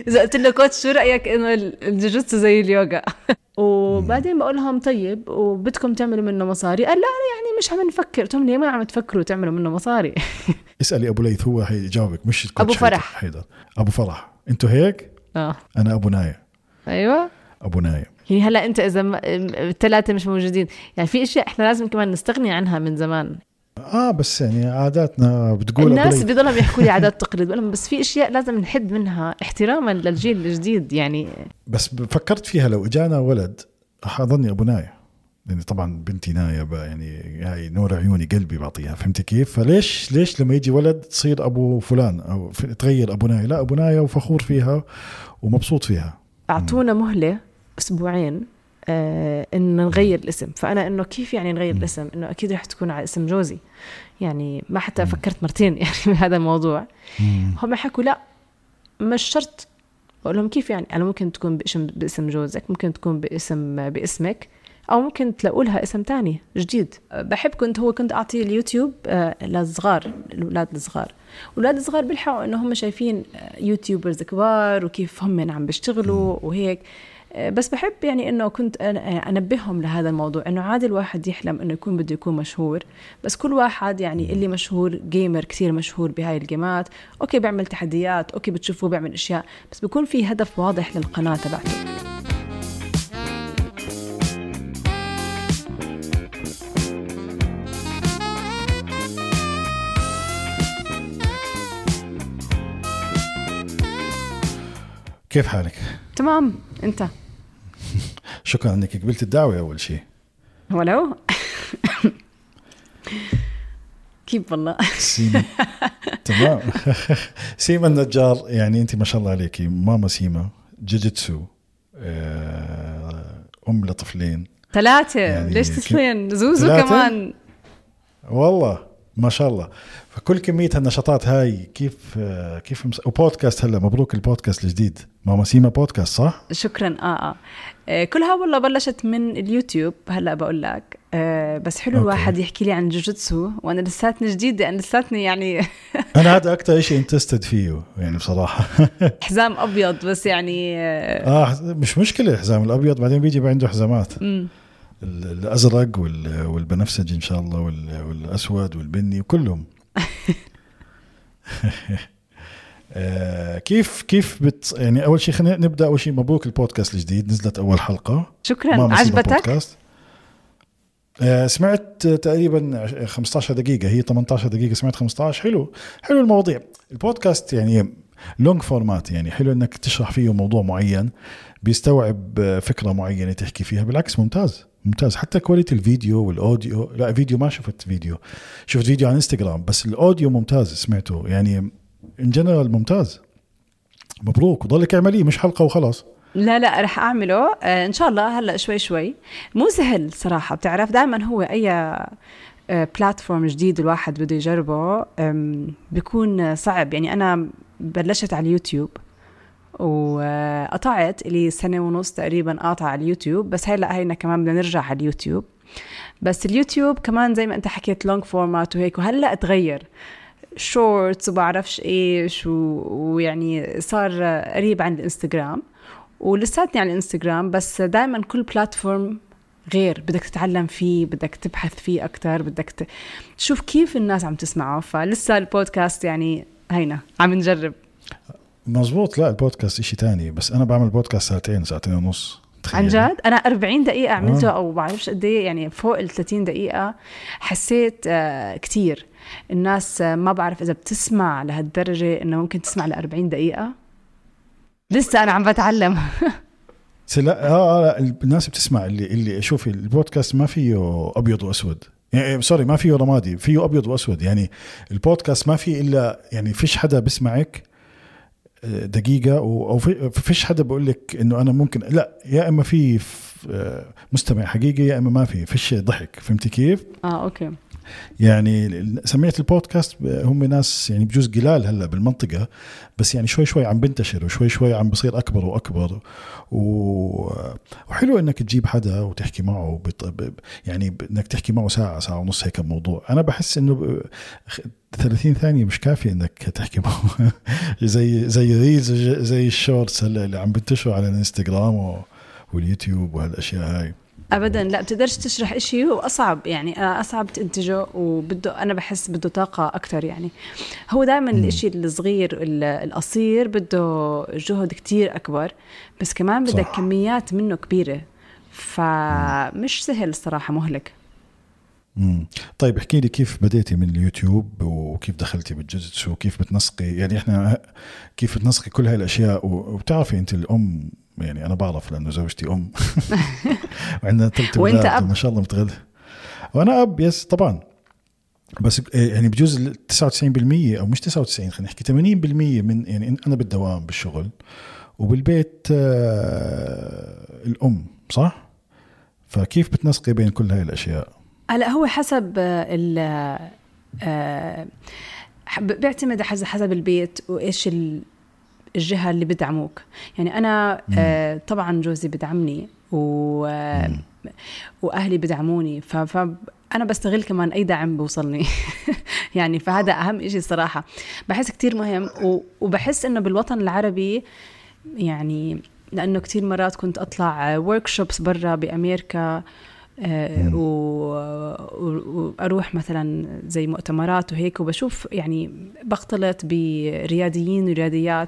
إذا قلت له كوتش شو رأيك إنه الجوجوتسو زي اليوغا؟ وبعدين بقول لهم طيب وبدكم تعملوا منه مصاري؟ قال لا يعني مش عم نفكر. قلت لهم ليه ما عم تفكروا تعملوا منه مصاري؟ اسألي أبو ليث هو هيجاوبك مش أبو فرح. حيدر. أبو فرح أنتوا هيك؟ أنا أبو نايا. أيوة أبو نايا. يعني هلا أنت إذا الثلاثة مش موجودين يعني في أشياء إحنا لازم كمان نستغني عنها من زمان. بس يعني عاداتنا بتقول الناس بيضلهم يحكوا لي عادات تقليد، بس في اشياء لازم نحد منها احتراما للجيل الجديد يعني. بس فكرت فيها لو اجانا ولد حاضني ابو نايا، يعني طبعا بنتي نايا يعني هاي نور عيوني قلبي بعطيها، فهمتي كيف؟ فليش لما يجي ولد تصير ابو فلان او تغير ابو نايا؟ لا ابو نايا وفخور فيها ومبسوط فيها. اعطونا مهلة اسبوعين إن نغير الاسم. فأنا إنه كيف يعني نغير الاسم؟ إنه أكيد رح تكون على اسم جوزي يعني. ما حتى فكرت مرتين يعني بهذا الموضوع. هم حكوا لا مش شرط. أقول لهم كيف يعني؟ أنا ممكن تكون باسم جوزك، ممكن تكون باسمك، أو ممكن تلاقوا لها اسم تاني جديد. بحب كنت أعطي اليوتيوب للصغار، الأولاد الصغار. والأولاد الصغار بيلحقوا إنه هم شايفين يوتيوبرز كبار وكيف هم عم بيشتغلوا وهيك. بس بحب يعني إنه كنت أنبههم لهذا الموضوع، إنه عادي الواحد يحلم إنه بده يكون مشهور، بس كل واحد يعني اللي مشهور جيمر كثير مشهور بهاي الجيمات، أوكي بيعمل تحديات، أوكي بتشوفوه بيعمل أشياء، بس بيكون في هدف واضح للقناة تبعته. كيف حالك؟ تمام. أنت؟ شكرا أنك قبلت الدعوة أول شيء. ولو كيف والله سيما تمام. سيما النجار، يعني أنت ما شاء الله عليكي ماما سيما جوجيتسو، أم لطفلين 3 يعني ليش تسلين زوزو 3 كمان والله ما شاء الله. فكل كمية هالنشاطات هاي كيف وبودكاست هلا مبروك البودكاست الجديد ماما سيما بودكاست صح؟ شكرا. كلها والله بلشت من اليوتيوب هلا بقول لك. بس حلو الواحد يحكي لي عن جوجيتسو وانا لساتني جديدة، انا لساتني يعني انا هذا اكتر شيء انترستد فيه يعني بصراحة. حزام ابيض بس يعني مش مشكلة الحزام الابيض، بعدين بيجي عنده حزامات الازرق والبنفسجي ان شاء الله والاسود والبني وكلهم. كيف يعني اول شيء خلينا نبدا. اول شيء مبروك البودكاست الجديد، نزلت اول حلقه. شكرا. عجبتك؟ سمعت تقريبا 15 دقيقه، هي 18 دقيقه، سمعت 15. حلو المواضيع. البودكاست يعني لونج فورمات، يعني حلو انك تشرح فيه موضوع معين بيستوعب فكره معينه تحكي فيها. بالعكس ممتاز. حتى كواليتي الفيديو والاوديو، لا فيديو ما شفت فيديو عن انستغرام، بس الاوديو ممتاز سمعته يعني ان جنرال ممتاز. مبروك، وضلك اعمليه مش حلقه وخلاص. لا رح اعمله ان شاء الله. هلا شوي مو سهل صراحه، بتعرف دائما هو اي بلاتفورم جديد الواحد بده يجربه بيكون صعب. يعني انا بلشت على اليوتيوب وقطعت لي 1.5 سنة تقريبا قاطعة على اليوتيوب، بس هينا كمان بدنا نرجع على اليوتيوب. بس اليوتيوب كمان زي ما انت حكيت لونج فورمات وهيك، وهلا اتغير شورتس وبعرفش ايش ويعني صار قريب عن الانستغرام، ولساتني على الانستغرام. بس دائما كل بلاتفورم غير، بدك تتعلم فيه، بدك تبحث فيه أكتر، بدك تشوف كيف الناس عم تسمعه. فلسه البودكاست يعني هينا عم نجرب. مزبوط. لا البودكاست إشي تاني، بس أنا بعمل بودكاست ساعتين ونص. عن جد أنا 40 دقيقة عملته أو بعرفش قد ايه، يعني فوق 30 دقيقة. حسيت كتير الناس ما بعرف إذا بتسمع لهالدرجة إنه ممكن تسمع ل40 دقيقة. لسه أنا عم بتعلم. لا الناس بتسمع اللي شوفي البودكاست ما فيه أبيض وأسود، يعني سوري ما فيه رمادي، فيه أبيض وأسود. يعني البودكاست ما فيه إلا يعني فيش حدا بسمعك دقيقة أو فيش حدا بقول لك إنه أنا ممكن، لا يا إما في مستمع حقيقي يا إما ما فيش ضحك. فهمتي كيف؟ أوكي. يعني سميت البودكاست هم ناس يعني بجوز قلال هلا بالمنطقة، بس يعني شوي شوي عم بنتشر وشوي شوي عم بصير أكبر وأكبر. وحلو إنك تجيب حدا وتحكي معه يعني إنك تحكي معه ساعة ساعة ونص هيك الموضوع. أنا بحس إنه 30 ثانية مش كافية إنك تحكي معه زي ريلز زي الشورتس هلا اللي عم بنتشروا على الانستغرام واليوتيوب وهالأشياء هاي. ابدا لا بتقدرش تشرح اشي، واصعب يعني اصعب تنتجه، وبده انا بحس بده طاقه اكتر. يعني هو دائما الاشي الصغير القصير بده جهد كتير اكبر، بس كمان بدك كميات منه كبيره، فمش سهل الصراحه، مهلك. طيب احكي لي كيف بديتي من اليوتيوب وكيف دخلتي بالجوجيتسو وكيف بتنسقي، يعني احنا كيف بتنسقي كل هاي الاشياء. وبتعرفي انت الام، يعني انا بعرف لانه زوجتي ام وعندنا 3 اولاد ما شاء الله متغل. وانا اب يس طبعا، بس يعني بجوز 99% او مش 99 خلينا نحكي 80% من يعني انا بالدوام بالشغل وبالبيت الام صح. فكيف بتنسقي بين كل هاي الاشياء؟ هلا هو حسب بيعتمد حسب البيت وايش الجهة اللي بدعموك. يعني أنا طبعا جوزي بدعمني وأهلي بدعموني، فأنا بستغل كمان أي دعم بوصلني يعني فهذا أهم إشي صراحة، بحس كتير مهم. وبحس إنه بالوطن العربي يعني، لأنه كتير مرات كنت أطلع workshops برا بأمريكا وأروح مثلا زي مؤتمرات وهيك، وبشوف يعني بختلط برياديين ورياديات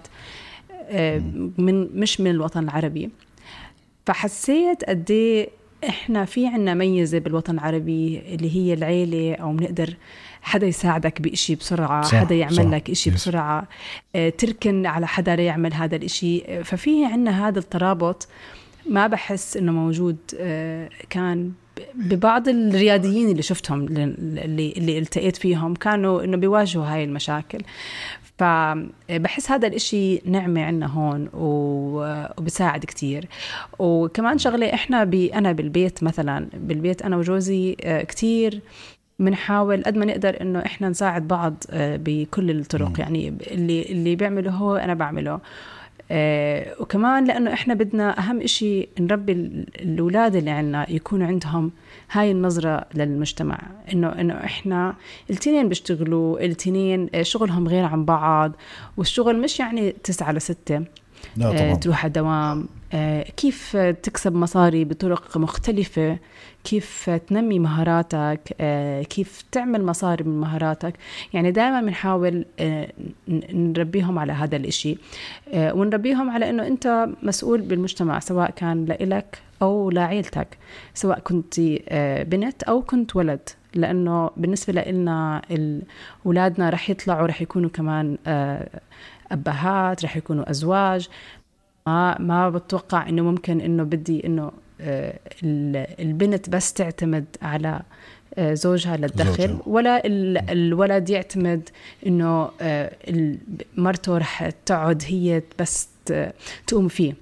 مش من الوطن العربي. فحسيت قديه إحنا في عنا ميزة بالوطن العربي اللي هي العيلة، أو بنقدر حدا يساعدك بإشي بسرعة، حدا يعمل لك إشي بسرعة، تركن على حدا ليعمل هذا الإشي. ففيه عنا هذا الترابط ما بحس إنه موجود كان ببعض الرياديين اللي شفتهم اللي التقيت فيهم، كانوا إنه بيواجهوا هاي المشاكل. فبحس هذا الإشي نعمة عنا هون وبساعد كتير. وكمان شغلة إحنا أنا بالبيت مثلا، بالبيت أنا وجوزي كتير بنحاول قد ما نقدر إنه إحنا نساعد بعض بكل الطرق. يعني اللي بيعمله هو أنا بعمله. وكمان لأنه إحنا بدنا أهم إشي نربي الأولاد اللي عنا يكون عندهم هاي النظرة للمجتمع، إنه إحنا التنين بيشتغلوا، التنين شغلهم غير عن بعض، والشغل مش يعني 9 ل 6 تروح الدوام. كيف تكسب مصاري بطرق مختلفة، كيف تنمي مهاراتك، كيف تعمل مصاري من مهاراتك. يعني دائما بنحاول نربيهم على هذا الاشي، ونربيهم على انه انت مسؤول بالمجتمع، سواء كان لإلك او لعيلتك، سواء كنت بنت او كنت ولد. لانه بالنسبة لنا أولادنا رح يطلعوا رح يكونوا كمان أبهات، رح يكونوا أزواج. ما بتوقع إنه ممكن إنه بدي إنه البنت بس تعتمد على زوجها للدخل، ولا الولد يعتمد إنه مرته رح تقعد هي بس تقوم فيه.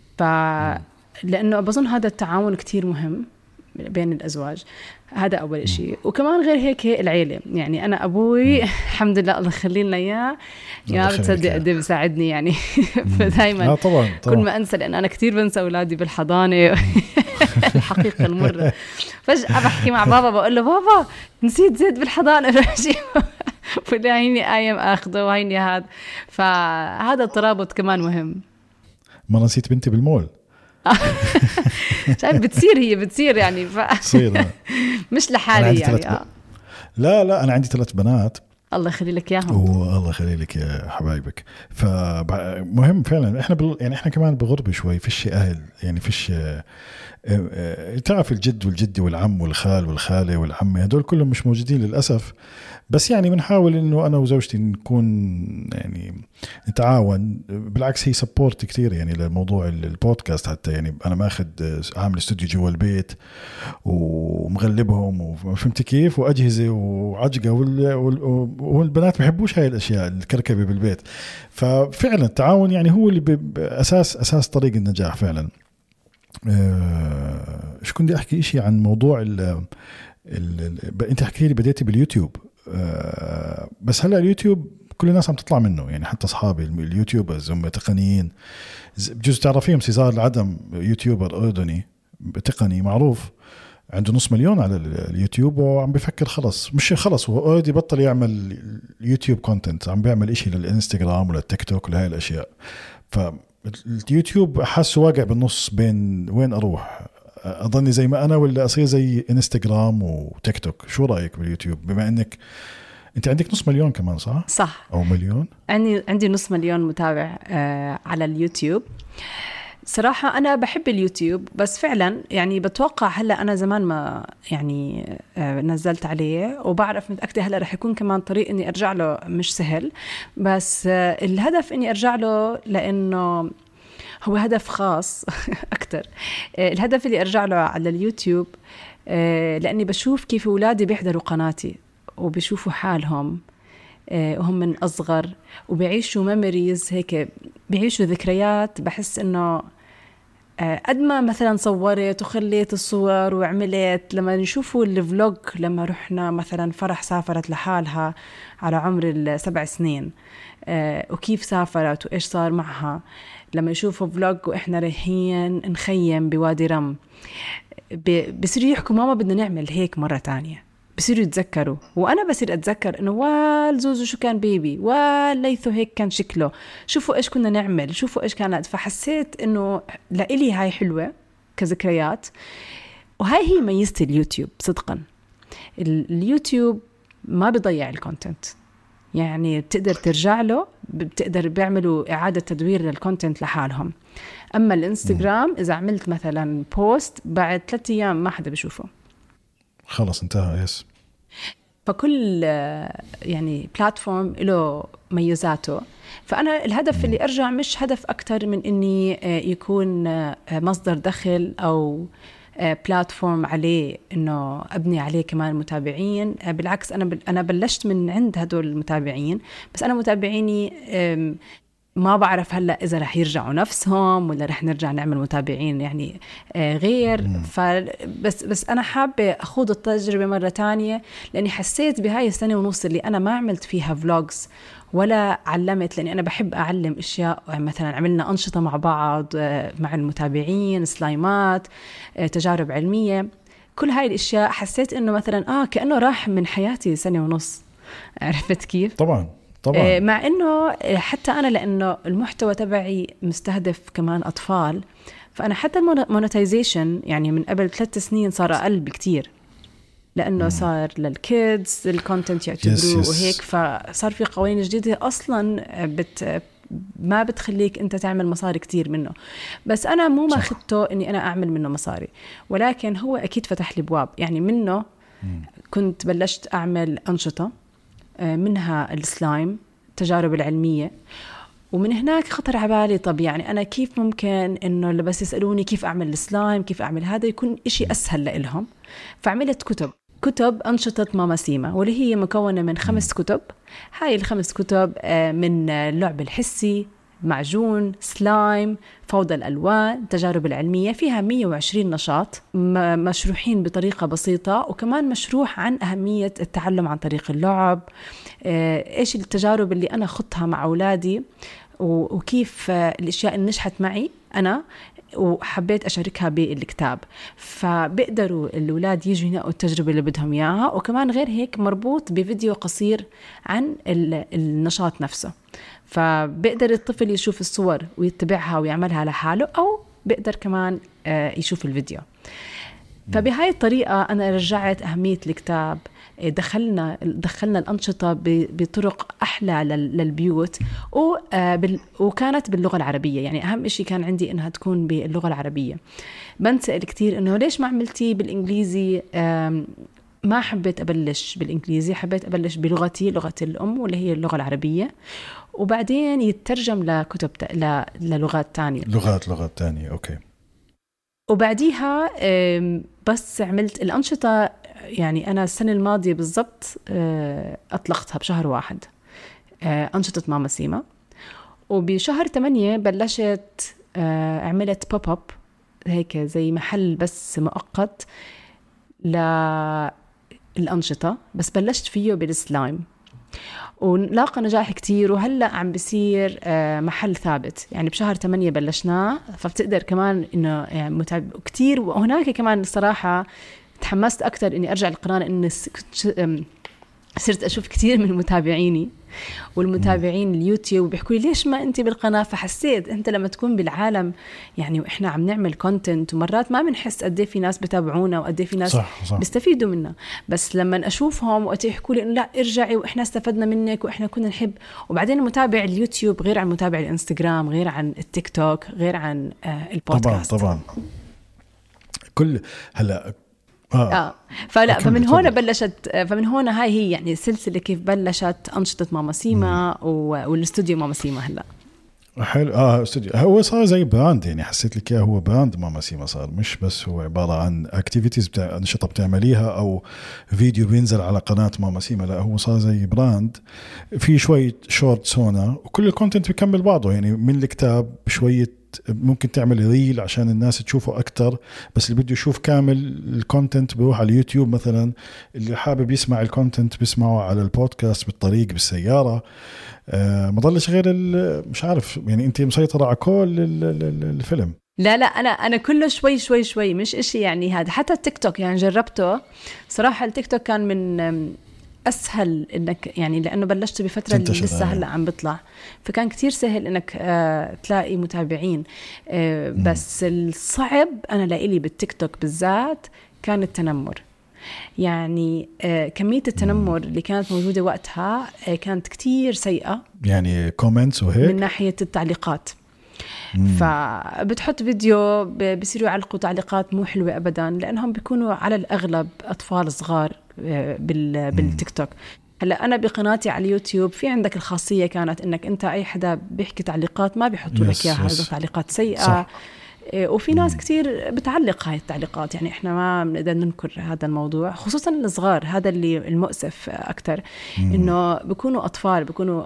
لأنه بظن هذا التعاون كتير مهم بين الأزواج. هذا أول شيء. وكمان غير هيك العيلة، يعني أنا أبوي الحمد لله الله يخلي لنا إياه، ما بتصدق قد إيه بيساعدني يعني فدايما طبعا. كل ما أنسى، لأن أنا كتير بنسى أولادي بالحضانة الحقيقة المرة. فجأة بحكي مع بابا بقول له بابا نسيت زيد بالحضانة فلا هيني قايم أخذه وهيني هذا. فهذا الترابط كمان مهم. ما نسيت بنتي بالمول شايف بتصير يعني مش لحالي يعني لا أنا عندي 3 بنات، الله يخلي لك إياهم. الله يخلي لك يا حبايبك. فمهم فعلا إحنا يعني إحنا كمان بغربة شوي، فيش أهل يعني، فيش تعرف الجد والجدة والعم والخال والخالة والعمة هدول كلهم مش موجودين للأسف. بس يعني بنحاول إنه أنا وزوجتي نكون يعني نتعاون. بالعكس هي سبورت كتير يعني لموضوع البودكاست حتى. يعني أنا ماخذ عامل استوديو جوا البيت ومغلبهم وفهمت كيف، وأجهزة وعجقة والبنات بيحبوش هاي الأشياء الكركبة بالبيت. ففعلا التعاون يعني هو اللي أساس طريق النجاح فعلا. شو كنت أحكي إشي عن موضوع انت حكي لي بديتي باليوتيوب، بس هلا اليوتيوب كل الناس عم تطلع منه، يعني حتى اصحابي اليوتيوبرز هم تقنيين، بجوز تعرفيهم سيزار العدم، يوتيوبر اردني تقني معروف، عنده 500,000 على اليوتيوب، وعم بفكر خلص هو اوريدي بطل يعمل يوتيوب كونتنت، عم بيعمل اشي للانستغرام ولا التيك توك ولا هاي الاشياء. فاليوتيوب حاسه واقع بالنص بين وين اروح، اظني زي ما انا ولا اصير زي انستغرام وتيك توك. شو رايك باليوتيوب بما انك انت عندك 500,000 كمان، صح او مليون؟ عندي 500,000 متابع على اليوتيوب. صراحة أنا بحب اليوتيوب، بس فعلا يعني بتوقع هلأ أنا زمان ما يعني نزلت عليه، وبعرف متأكدة هلأ رح يكون كمان طريق إني أرجع له مش سهل، بس الهدف إني أرجع له لأنه هو هدف خاص أكتر. الهدف اللي أرجع له على اليوتيوب لأني بشوف كيف أولادي بيحضروا قناتي وبيشوفوا حالهم وهم من أصغر، وبيعيشوا ميموريز هيك، بيعيشوا ذكريات. بحس إنه قد ما مثلا صورت وخليت الصور وعملت، لما نشوفوا الفلوج لما رحنا مثلا فرح سافرت لحالها على عمر 7 سنين وكيف سافرت وإيش صار معها، لما يشوفوا فلوج وإحنا رايحين نخيم بوادي رم، بصيروا يحكوا ماما بدنا نعمل هيك مرة تانية. بصيروا يتذكروا، وأنا بصير أتذكر إنه والزوزو شو كان بيبي، والليثو هيك كان شكله، شوفوا إيش كنا نعمل، شوفوا إيش كانت. فحسيت إنه لإلي هاي حلوة كذكريات، وهاي هي ميزة اليوتيوب صدقا. اليوتيوب ما بيضيع الكونتنت، يعني بتقدر ترجع له، بتقدر بيعملوا إعادة تدوير للكونتنت لحالهم. أما الإنستغرام إذا عملت مثلا بوست بعد 3 أيام ما حدا بيشوفه، خلص انتهى. يس. فكل يعني بلاتفورم له ميزاته. فأنا الهدف اللي أرجع مش هدف أكتر من إني يكون مصدر دخل أو بلاتفورم عليه إنه أبني عليه كمان متابعين. بالعكس أنا بلشت من عند هدول المتابعين، بس أنا متابعيني ما بعرف هلأ إذا رح يرجعوا نفسهم ولا رح نرجع نعمل متابعين يعني غير. بس أنا حابة أخوض التجربة مرة تانية، لأني حسيت بهاي السنة ونص اللي أنا ما عملت فيها فلوجز ولا علمت، لأني أنا بحب أعلم أشياء. مثلا عملنا أنشطة مع بعض مع المتابعين، سلايمات، تجارب علمية، كل هاي الأشياء حسيت إنه مثلا كأنه راح من حياتي سنة ونص. عرفت كيف؟ طبعا. مع إنه حتى أنا لأنه المحتوى تبعي مستهدف كمان أطفال، فأنا حتى المونتايزيشن يعني من قبل 3 سنين صار أقل بكتير، لأنه صار للكيدز الكونتنت يعتبروه وهيك، فصار في قوانين جديدة أصلاً ما بتخليك أنت تعمل مصاري كتير منه. بس أنا مو ما خدته إني أنا أعمل منه مصاري، ولكن هو أكيد فتح لي بواب. يعني منه كنت بلشت أعمل أنشطة، منها السلايم، التجارب العلمية، ومن هناك خطر على بالي طب يعني أنا كيف ممكن إنه اللي بس يسألوني كيف أعمل السلايم، كيف أعمل هذا، يكون إشي أسهل لإلهم. فعملت كتب أنشطة ماما سيما، واللي هي مكونة من 5 كتب. هاي ال5 كتب من اللعب الحسي، معجون، سلايم، فوضى الألوان، التجارب العلمية. فيها 120 نشاط مشروحين بطريقة بسيطة، وكمان مشروح عن أهمية التعلم عن طريق اللعب، إيش التجارب اللي أنا خضتها مع أولادي، وكيف الأشياء اللي نجحت معي أنا وحبيت أشاركها بالكتاب. فبقدروا الأولاد يجوا ينقوا التجربة اللي بدهم إياها، وكمان غير هيك مربوط بفيديو قصير عن النشاط نفسه، فبقدر الطفل يشوف الصور ويتبعها ويعملها لحاله، أو بقدر كمان يشوف الفيديو. فبهاي الطريقة أنا رجعت أهمية الكتاب، دخلنا الأنشطة بطرق أحلى للبيوت، وكانت باللغة العربية. يعني أهم إشي كان عندي إنها تكون باللغة العربية. بنسأل كتير إنه ليش ما عملتي بالإنجليزي؟ ما حبيت أبلش بالإنجليزي، حبيت أبلش بلغتي، لغة الأم واللي هي اللغة العربية، وبعدين يترجم لكتب للغات تانية. لغات تانية. أوكي. وبعديها بس عملت الأنشطة. يعني أنا السنة الماضية بالضبط أطلقتها بشهر 1 أنشطة ماما سيما، وبشهر 8 بلشت عملت بوب أب، هيك زي محل بس مؤقت الأنشطة، بس بلشت فيه بالسلايم ولاقى نجاح كتير، وهلأ عم بيصير محل ثابت. يعني بشهر 8 بلشناه، فبتقدر كمان إنه يعني متابع كتير. وهناك كمان الصراحة تحمست أكتر إني أرجع القناة، إني صرت أشوف كتير من متابعيني والمتابعين اليوتيوب بيحكوا لي ليش ما أنت بالقناة. فحسيت أنت لما تكون بالعالم يعني وإحنا عم نعمل كونتنت ومرات ما بنحس قد ايه في ناس بتابعونا وقد ايه في ناس صح. بيستفيدوا منا، بس لما أشوفهم وقت يحكوا لي إنه لا ارجعي وإحنا استفدنا منك وإحنا كنا نحب. وبعدين المتابع اليوتيوب غير عن متابع الانستغرام، غير عن التيك توك، غير عن البودكاست. طبعا كل هلا فلا فمن هون هاي هي يعني سلسلة كيف بلشت أنشطة ماما سيما والاستوديو ماما سيما. هلا حلو. استوديو هو صار زي براند، يعني حسيت لك هو براند ماما سيما، صار مش بس هو عبارة عن اكتيفيتيز أنشطة بتعمليها أو فيديو بينزل على قناة ماما سيما، لا هو صار زي براند في شوية شورتس هنا، وكل الكونتنت بيكمل بعضه. يعني من الكتاب شوية ممكن تعمل ريل عشان الناس تشوفه أكتر، بس اللي بده يشوف كامل الكونتنت بيروح على اليوتيوب مثلا، اللي حابب يسمع الكونتنت بيسمعه على البودكاست بالطريق بالسيارة. ما ضلش غير مش عارف يعني أنت مسيطرة على كل الفيلم. لا أنا كله شوي مش إشي يعني هذا. حتى التيك توك يعني جربته صراحة. التيك توك كان من أسهل إنك يعني لأنه بلشت بفترة اللي لسه هلأ عم بطلع، فكان كتير سهل إنك تلاقي متابعين. بس الصعب أنا لإلي بالتيك توك بالذات كان التنمر. يعني كمية التنمر اللي كانت موجودة وقتها كانت كتير سيئة، يعني كومنتس وهيك من ناحية التعليقات. فبتحط فيديو بيصيروا يعلقوا تعليقات مو حلوة أبدا، لأنهم بيكونوا على الأغلب أطفال صغار بالتيك توك. هلا أنا بقناتي على اليوتيوب في عندك الخاصية كانت إنك أنت أي حدا بيحكي تعليقات ما بيحطوا لك إياها، هذا تعليقات سيئة. صح. وفي ناس كتير بتعلق هاي التعليقات، يعني إحنا ما بنقدر ننكر هذا الموضوع، خصوصا الصغار. هذا اللي المؤسف أكتر، إنه بيكونوا أطفال، بيكونوا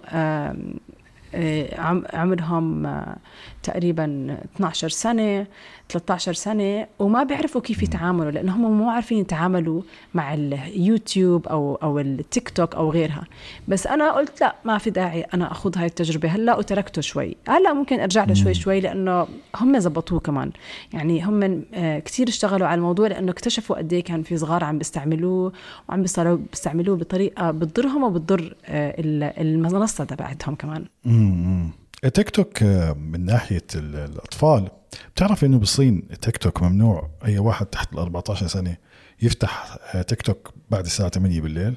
عمرهم تقريبا 12 سنة 13 سنة وما بيعرفوا كيف يتعاملوا، لأنهم مو عارفين يتعاملوا مع اليوتيوب أو التيك توك أو غيرها. بس أنا قلت لا، ما في داعي أنا أخذ هاي التجربة هلأ وتركته شوي. هلأ ممكن أرجع له شوي لأنه هم زبطوه كمان. يعني هم كتير اشتغلوا على الموضوع، لأنه اكتشفوا قد ايه كان في صغار عم بيستعملوه وعم بيستعملوه بطريقة بتضرهم وبتضر المنصة تبعتهم كمان. التيك توك من ناحية الأطفال، بتعرف إنه بالصين التيك توك ممنوع أي واحد تحت 14 سنة يفتح تيك توك بعد الساعة 8 بالليل،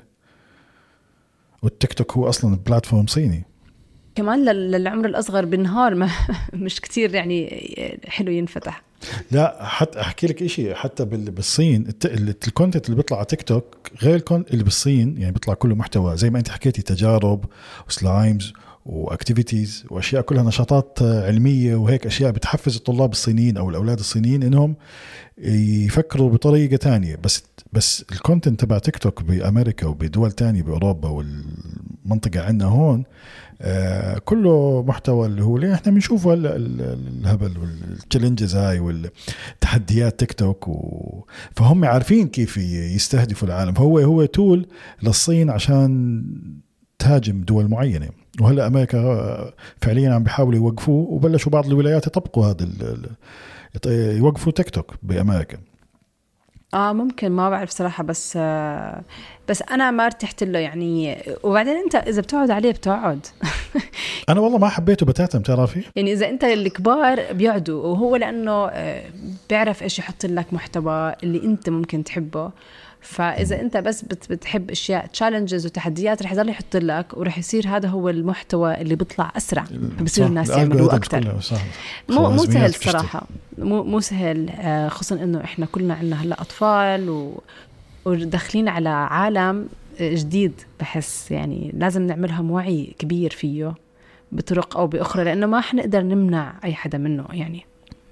والتيك توك هو أصلاً بلاتفورم صيني. كمان للعمر الأصغر بالنهار مش كتير يعني حلو ينفتح. لا حتى أحكي لك إشي، حتى بالصين الكونتنت اللي بيطلع على تيك توك غير اللي بالصين، يعني بيطلع كله محتوى زي ما أنت حكيتي، تجارب وسلايمز واكتيفيتيز واشياء كلها نشاطات علميه وهيك اشياء بتحفز الطلاب الصينيين او الاولاد الصينيين انهم يفكروا بطريقه تانية. بس الكونتنت تبع تيك توك بامريكا وبدول تانية باوروبا والمنطقه عندنا هون كله محتوى اللي هو اللي احنا بنشوفه هلا، الهبل والتشالنجز هاي والتحديات تيك توك فهم عارفين كيف يستهدفوا العالم. فهو تول للصين عشان تهاجم دول معينة. وهلأ أمريكا فعليا عم بيحاولوا يوقفوه، وبلشوا بعض الولايات يطبقوا هذا يوقفوا تيك توك بأمريكا. ممكن، ما بعرف صراحة، بس أنا ما ارتحت له يعني. وبعدين أنت إذا بتقعد عليه بتقعد. أنا والله ما حبيته بتاتا، بتعرفي يعني إذا أنت الكبار بيقعدوا، وهو لأنه بيعرف إيش يحط لك محتوى اللي أنت ممكن تحبه. فإذا أنت بس بتحب أشياء تشالنجز وتحديات رح يضل يحط لك، ورح يصير هذا هو المحتوى اللي بيطلع أسرع، فبصير الناس يعملوه أكتر. مو سهل صراحة، مو سهل، خصوصا إنه إحنا كلنا عنا هلا أطفال وداخلين على عالم جديد. بحس يعني لازم نعملهم وعي كبير فيه بطرق أو بأخرى، لأنه ما حنقدر نمنع أي حدا منه. يعني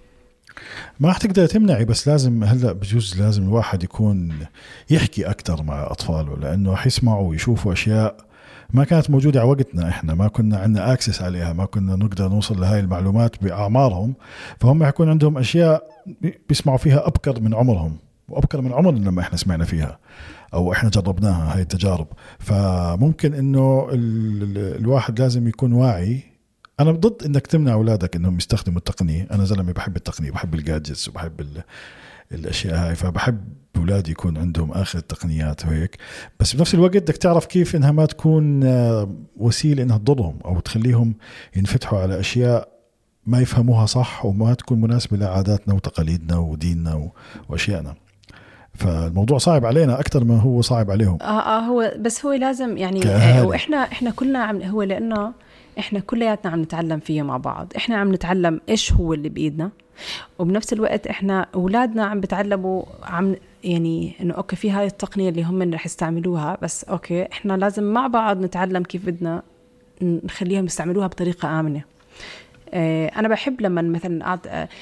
ما حتقدر تمنعي، بس لازم هلأ بجوز لازم الواحد يكون يحكي أكتر مع أطفاله، لأنه حيسمعوا ويشوفوا أشياء ما كانت موجودة على وقتنا. إحنا ما كنا عندنا أكسس عليها، ما كنا نقدر نوصل لهاي المعلومات بأعمارهم، فهم يكون عندهم أشياء بيسمعوا فيها أبكر من عمرهم. وأبكر من عمرنا لما إحنا سمعنا فيها أو إحنا جربناها هاي التجارب. فممكن إنه الواحد لازم يكون واعي. أنا ضد إنك تمنع أولادك إنهم يستخدموا التقنية. أنا زلمة بحب التقنية، بحب الجادجتس وبحب الأشياء هاي، فبحب أولادي يكون عندهم آخر التقنيات وهيك. بس بنفس الوقت بدك تعرف كيف إنها ما تكون وسيلة إنها تضرهم أو تخليهم ينفتحوا على أشياء ما يفهموها صح وما تكون مناسبة لعاداتنا وتقاليدنا وديننا وأشيائنا. فالموضوع صعب علينا أكتر ما هو صعب عليهم. هو بس هو لازم يعني وإحنا كلنا هو لأنه إحنا كلياتنا عم نتعلم فيه مع بعض. إحنا عم نتعلم إيش هو اللي بإيدنا، وبنفس الوقت إحنا أولادنا عم بتعلموا يعني إنه أوكي في هاي التقنية اللي هم رح يستعملوها، بس أوكي إحنا لازم مع بعض نتعلم كيف بدنا نخليهم يستعملوها بطريقة آمنة. أنا بحب لما مثلا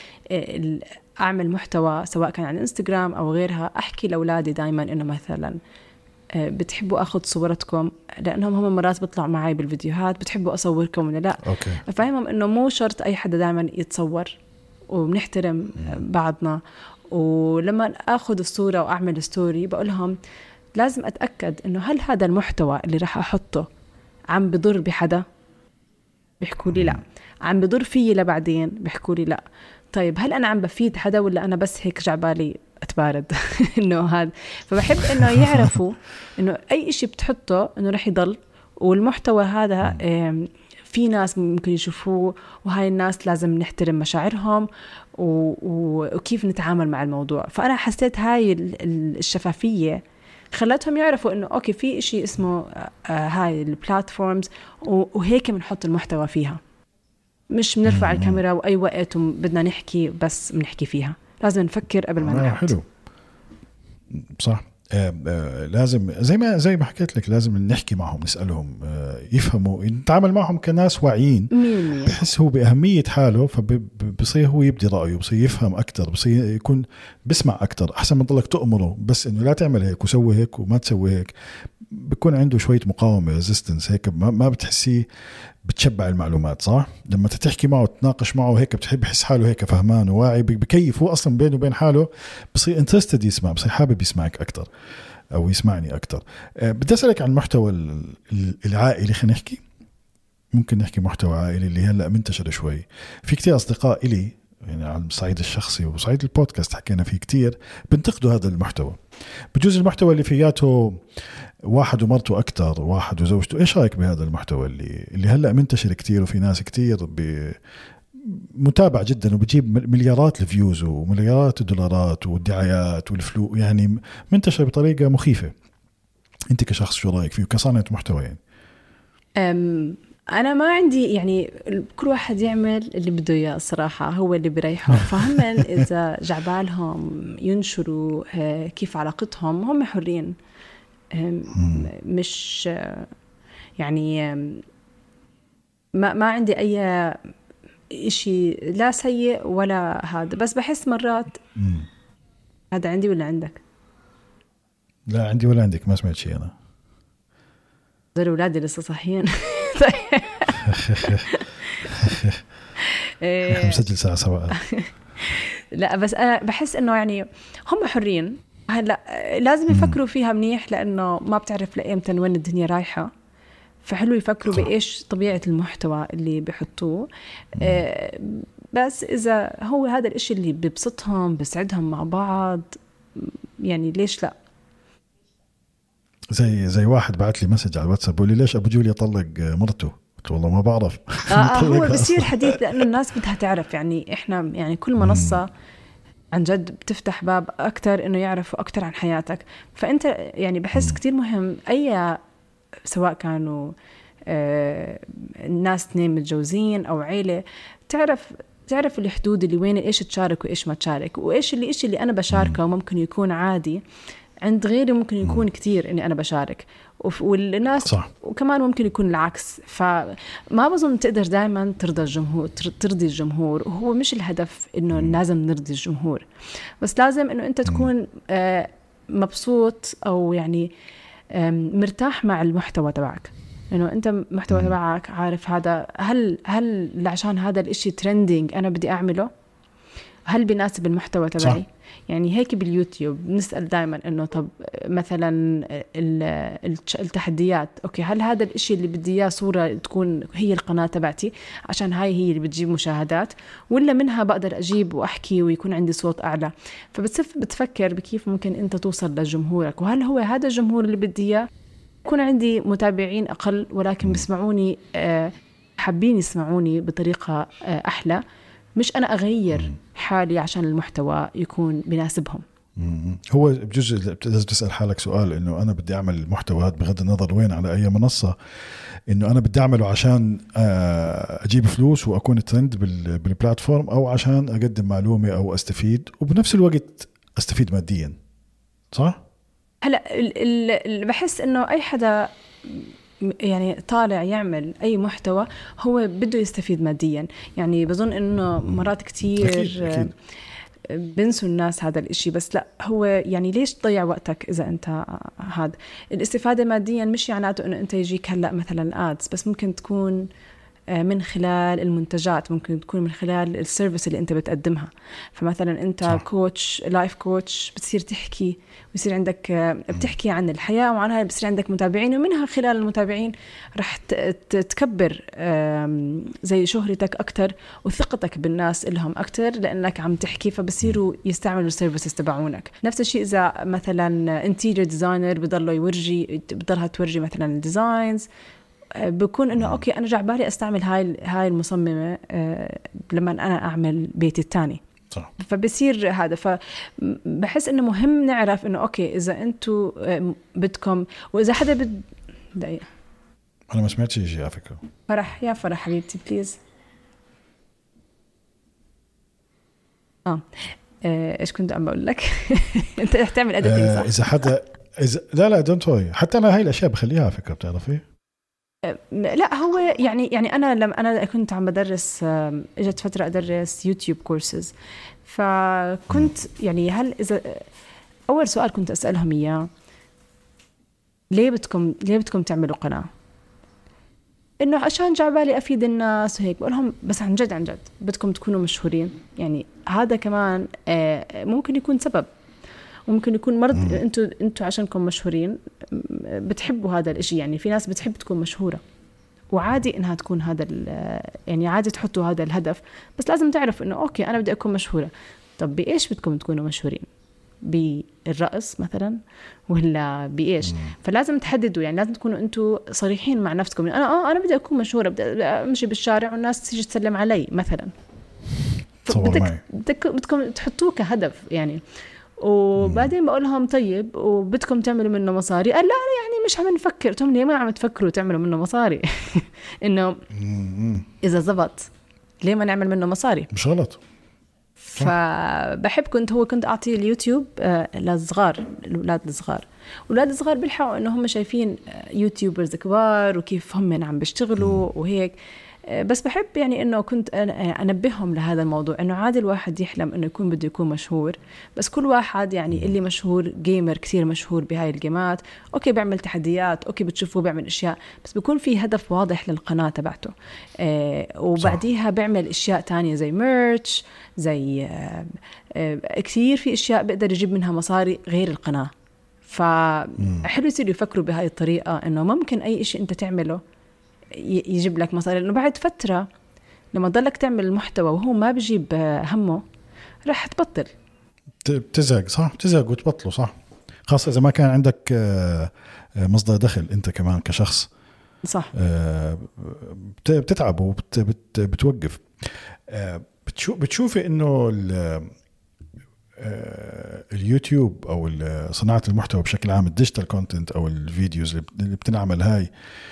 أعمل محتوى سواء كان على الانستغرام أو غيرها، أحكي لأولادي دايما إنه مثلا بتحبوا أخذ صورتكم، لأنهم هم مرات بيطلعوا معي بالفيديوهات، بتحبوا أصوركم ولا لا. أفهمهم إنه مو شرط أي حدا دايما يتصور، وبنحترم بعضنا. ولما أخذ الصورة وأعمل ستوري بقولهم لازم أتأكد إنه هل هذا المحتوى اللي راح أحطه عم بضر بحدا؟ بيحكوا لي لا. عم بضر فيي لبعدين؟ بيحكوا لي لا. طيب هل أنا عم بفيد حدا ولا أنا بس هيك جعبالي أتبارد؟ إنه هذا. فبحب إنه يعرفوا إنه أي إشي بتحطه إنه رح يضل، والمحتوى هذا في ناس ممكن يشوفوه، وهاي الناس لازم نحترم مشاعرهم وكيف نتعامل مع الموضوع. فأنا حسيت هاي الشفافية خلتهم يعرفوا إنه أوكي في إشي اسمه هاي البلاتفورمز، وهيك بنحط المحتوى فيها، مش بنرفع الكاميرا وأي وقت بدنا نحكي بس بنحكي فيها. لازم نفكر قبل ما نحكي. حلو صح. لازم زي ما حكيت لك لازم نحكي معهم، نسألهم، يفهموا، نتعامل معهم كناس واعيين. بحس هو بأهمية حاله، فبصير هو يبدي رأيه، بصير يفهم أكتر، بصير يكون بسمع أكتر، أحسن من ضلك تأمره بس إنه لا تعمل هيك وسوي هيك وما تسوي هيك. بيكون عنده شوية مقاومة، ريزيستنس هيك، ما بتحسيه بتشبع المعلومات. صح؟ لما تحكي معه تناقش معه هيك بتحب يحس حاله هيك فهمان وواعي، بكيف هو أصلا بينه وبين حاله، بصير انترستد يسمع، بصير حابب يسمعك أكتر أو يسمعني أكتر. بدي أسألك عن المحتوى العائلي. خلينا نحكي، ممكن نحكي محتوى عائلي اللي هلأ منتشر شوي. في كتير أصدقاء إلي يعني على الصعيد الشخصي وصعيد البودكاست حكينا فيه كتير، بنتقدوا هذا المحتوى. بجوز المحتوى اللي فياته واحد ومرته أكتر، واحد وزوجته. إيش رأيك بهذا المحتوى اللي هلأ منتشر كتير، وفي ناس كتير متابع جدا وبجيب مليارات الفيوز ومليارات الدولارات والدعايات والفلوس، يعني منتشر بطريقة مخيفة. أنت كشخص شو رأيك فيه كصانعة محتوى؟ يعني أنا ما عندي، يعني كل واحد يعمل اللي بده إياه الصراحة، هو اللي بريحه. فهم إذا جعبالهم ينشروا كيف علاقتهم، هم حرين. مش يعني ما عندي أي إشي لا سيء ولا هذا، بس بحس مرات هذا عندي ولا عندك؟ لا عندي ولا عندك، ما سمعت شيء. أنا ضل أولادي لسه صحيين. مسجل الساعة 7. لا بس أنا بحس إنه يعني هم حرين. هلا لازم يفكروا فيها منيح، لأنه ما بتعرف لأيمتى وين الدنيا رايحة. فحلو يفكروا بإيش طبيعة المحتوى اللي بيحطوه. بس إذا هو هذا الإشي اللي بيبسطهم بيسعدهم مع بعض، يعني ليش لا؟ زي واحد بعت لي مسج على الواتساب بيقول لي ليش أبو جولي طلق مرته؟ قلت والله ما بعرف. هو بصير حديث، لأنه الناس بدها تعرف. يعني إحنا يعني كل منصة عن جد بتفتح باب أكتر إنه يعرفوا أكتر عن حياتك. فأنت يعني بحس كتير مهم، أي سواء كانوا الناس اثنين متجوزين أو عيلة، تعرف الحدود اللي وين إيش تشارك وإيش ما تشارك، وإيش الإشي اللي أنا بشاركه وممكن يكون عادي عند غيري، ممكن يكون كتير إني أنا بشارك، والناس صح. وكمان ممكن يكون العكس. فما بظن تقدر دائما ترضي الجمهور، وهو مش الهدف إنه لازم نرضي الجمهور، بس لازم إنه أنت تكون مبسوط أو يعني مرتاح مع المحتوى تبعك. إنه أنت محتوى تبعك عارف هذا هل عشان هذا الإشي ترندينج أنا بدي أعمله، هل بيناسب المحتوى تبعي؟ يعني هيك باليوتيوب نسأل دائما إنه طب مثلا التحديات، أوكي هل هذا الإشي اللي بدي إياه صورة تكون هي القناة تبعتي عشان هاي هي اللي بتجيب مشاهدات، ولا منها بقدر أجيب وأحكي ويكون عندي صوت أعلى؟ بتفكر بكيف ممكن أنت توصل لجمهورك، وهل هو هذا الجمهور اللي بدي إياه؟ يكون عندي متابعين أقل ولكن بيسمعوني، حابين يسمعوني بطريقة أحلى، مش أنا أغير حالي عشان المحتوى يكون بناسبهم. هو بجوز لازم تسأل حالك سؤال، إنه أنا بدي أعمل محتوى بغض النظر وين على أي منصة، إنه أنا بدي أعمله عشان أجيب فلوس وأكون ترند بالبلاتفورم، أو عشان أقدم معلومة أو أستفيد وبنفس الوقت أستفيد ماديا، صح؟ هلأ بحس إنه أي حدا يعني طالع يعمل أي محتوى هو بده يستفيد ماديا. يعني بظن إنه مرات كتير أكيد. بنسوا الناس هذا الإشي، بس لا، هو يعني ليش تضيع وقتك إذا أنت هذا الاستفادة ماديا مش يعناته إنه أنت يجيك هلأ مثلا آدز، بس ممكن تكون من خلال المنتجات، ممكن تكون من خلال السيرفيس اللي انت بتقدمها. فمثلا انت صح. كوتش، لايف كوتش، بتصير تحكي ويصير عندك بتحكي عن الحياة، وعنها بصير عندك متابعين، ومنها خلال المتابعين رح تكبر زي شهرتك أكتر وثقتك بالناس إلهم أكتر لأنك عم تحكي، فبصيروا يستعملوا السيرفيسز تبعونك. نفس الشيء إذا مثلا انتيريور ديزاينر بضلها تورجي مثلا الديزاينز، بكون إنه أوكي أنا جع بالي أستعمل هاي المصممة لما أنا أعمل بيتي التاني. صح. فبصير هذا، فبحس إنه مهم نعرف إنه أوكي إذا أنتوا بدكم، وإذا حدا دقيقة أنا ما سمعت شيء على فكرة. فرح، يا فرح حبيبتي بليز. إيش كنت عم بقول لك؟ أنت رح تعمل أديتنج صح؟ إذا حدا لا دونت وري، حتى أنا هاي الأشياء بخليها على فكرة، بتعرفي؟ لا هو يعني أنا كنت عم بدرس، إجت فترة أدرس يوتيوب كورسز، فكنت يعني هل إذا أول سؤال كنت أسألهم إياه، ليه بدكم تعملوا قناة؟ إنه عشان جعبالي أفيد الناس وهيك. بقولهم بس عن جد بدكم تكونوا مشهورين؟ يعني هذا كمان ممكن يكون سبب، وممكن يكون مرض. انتوا عشانكم مشهورين بتحبوا هذا الاشي. يعني في ناس بتحب تكون مشهورة، وعادي انها تكون هذا يعني عادي تحطوا هذا الهدف، بس لازم تعرف انه اوكي انا بدي اكون مشهورة. طب بايش بدكم تكونوا مشهورين؟ بالرقص مثلا ولا بايش؟ فلازم تحددوا، يعني لازم تكونوا انتوا صريحين مع نفسكم. انا بدي اكون مشهورة، بدي امشي بالشارع والناس تيجي تسلم علي مثلا، بدكم تحطوه كهدف يعني. وبعدين بقول لهم طيب وبدكم تعملوا منه مصاري؟ قال لا يعني مش عم نفكر. قلت لهم ليه ما عم تفكروا تعملوا منه مصاري؟ انه اذا زبط ليه ما نعمل منه مصاري؟ مش غلط. فبحب كنت اعطي اليوتيوب للصغار، الاولاد الصغار بيلحقوا انه هم شايفين يوتيوبرز كبار وكيف هم عم بيشتغلوا وهيك. بس بحب يعني انه كنت انبههم لهذا الموضوع، انه عادي الواحد يحلم انه بده يكون مشهور، بس كل واحد يعني اللي مشهور جيمر كثير مشهور بهاي الجيمات، اوكي بيعمل تحديات، اوكي بتشوفوه بيعمل اشياء، بس بيكون في هدف واضح للقناة تبعته. وبعديها بيعمل اشياء تانية زي ميرش، زي كثير في اشياء بيقدر يجيب منها مصاري غير القناة. فحلو يصيروا يفكروا بهاي الطريقة، انه ممكن اي اشي انت تعمله يجيب لك مصاري، لأنه بعد فترة لما تضلك تعمل المحتوى وهو ما بيجيب همه رح تبطل، بتزهق. صح، بتزهق وتبطله. صح، خاصة إذا ما كان عندك مصدر دخل أنت كمان كشخص. صح. بتتعب وبتوقف. بتشوفي إنه اليوتيوب أو صناعة المحتوى بشكل عام، الديجيتال كونتنت أو الفيديوز اللي بتنعمل هاي،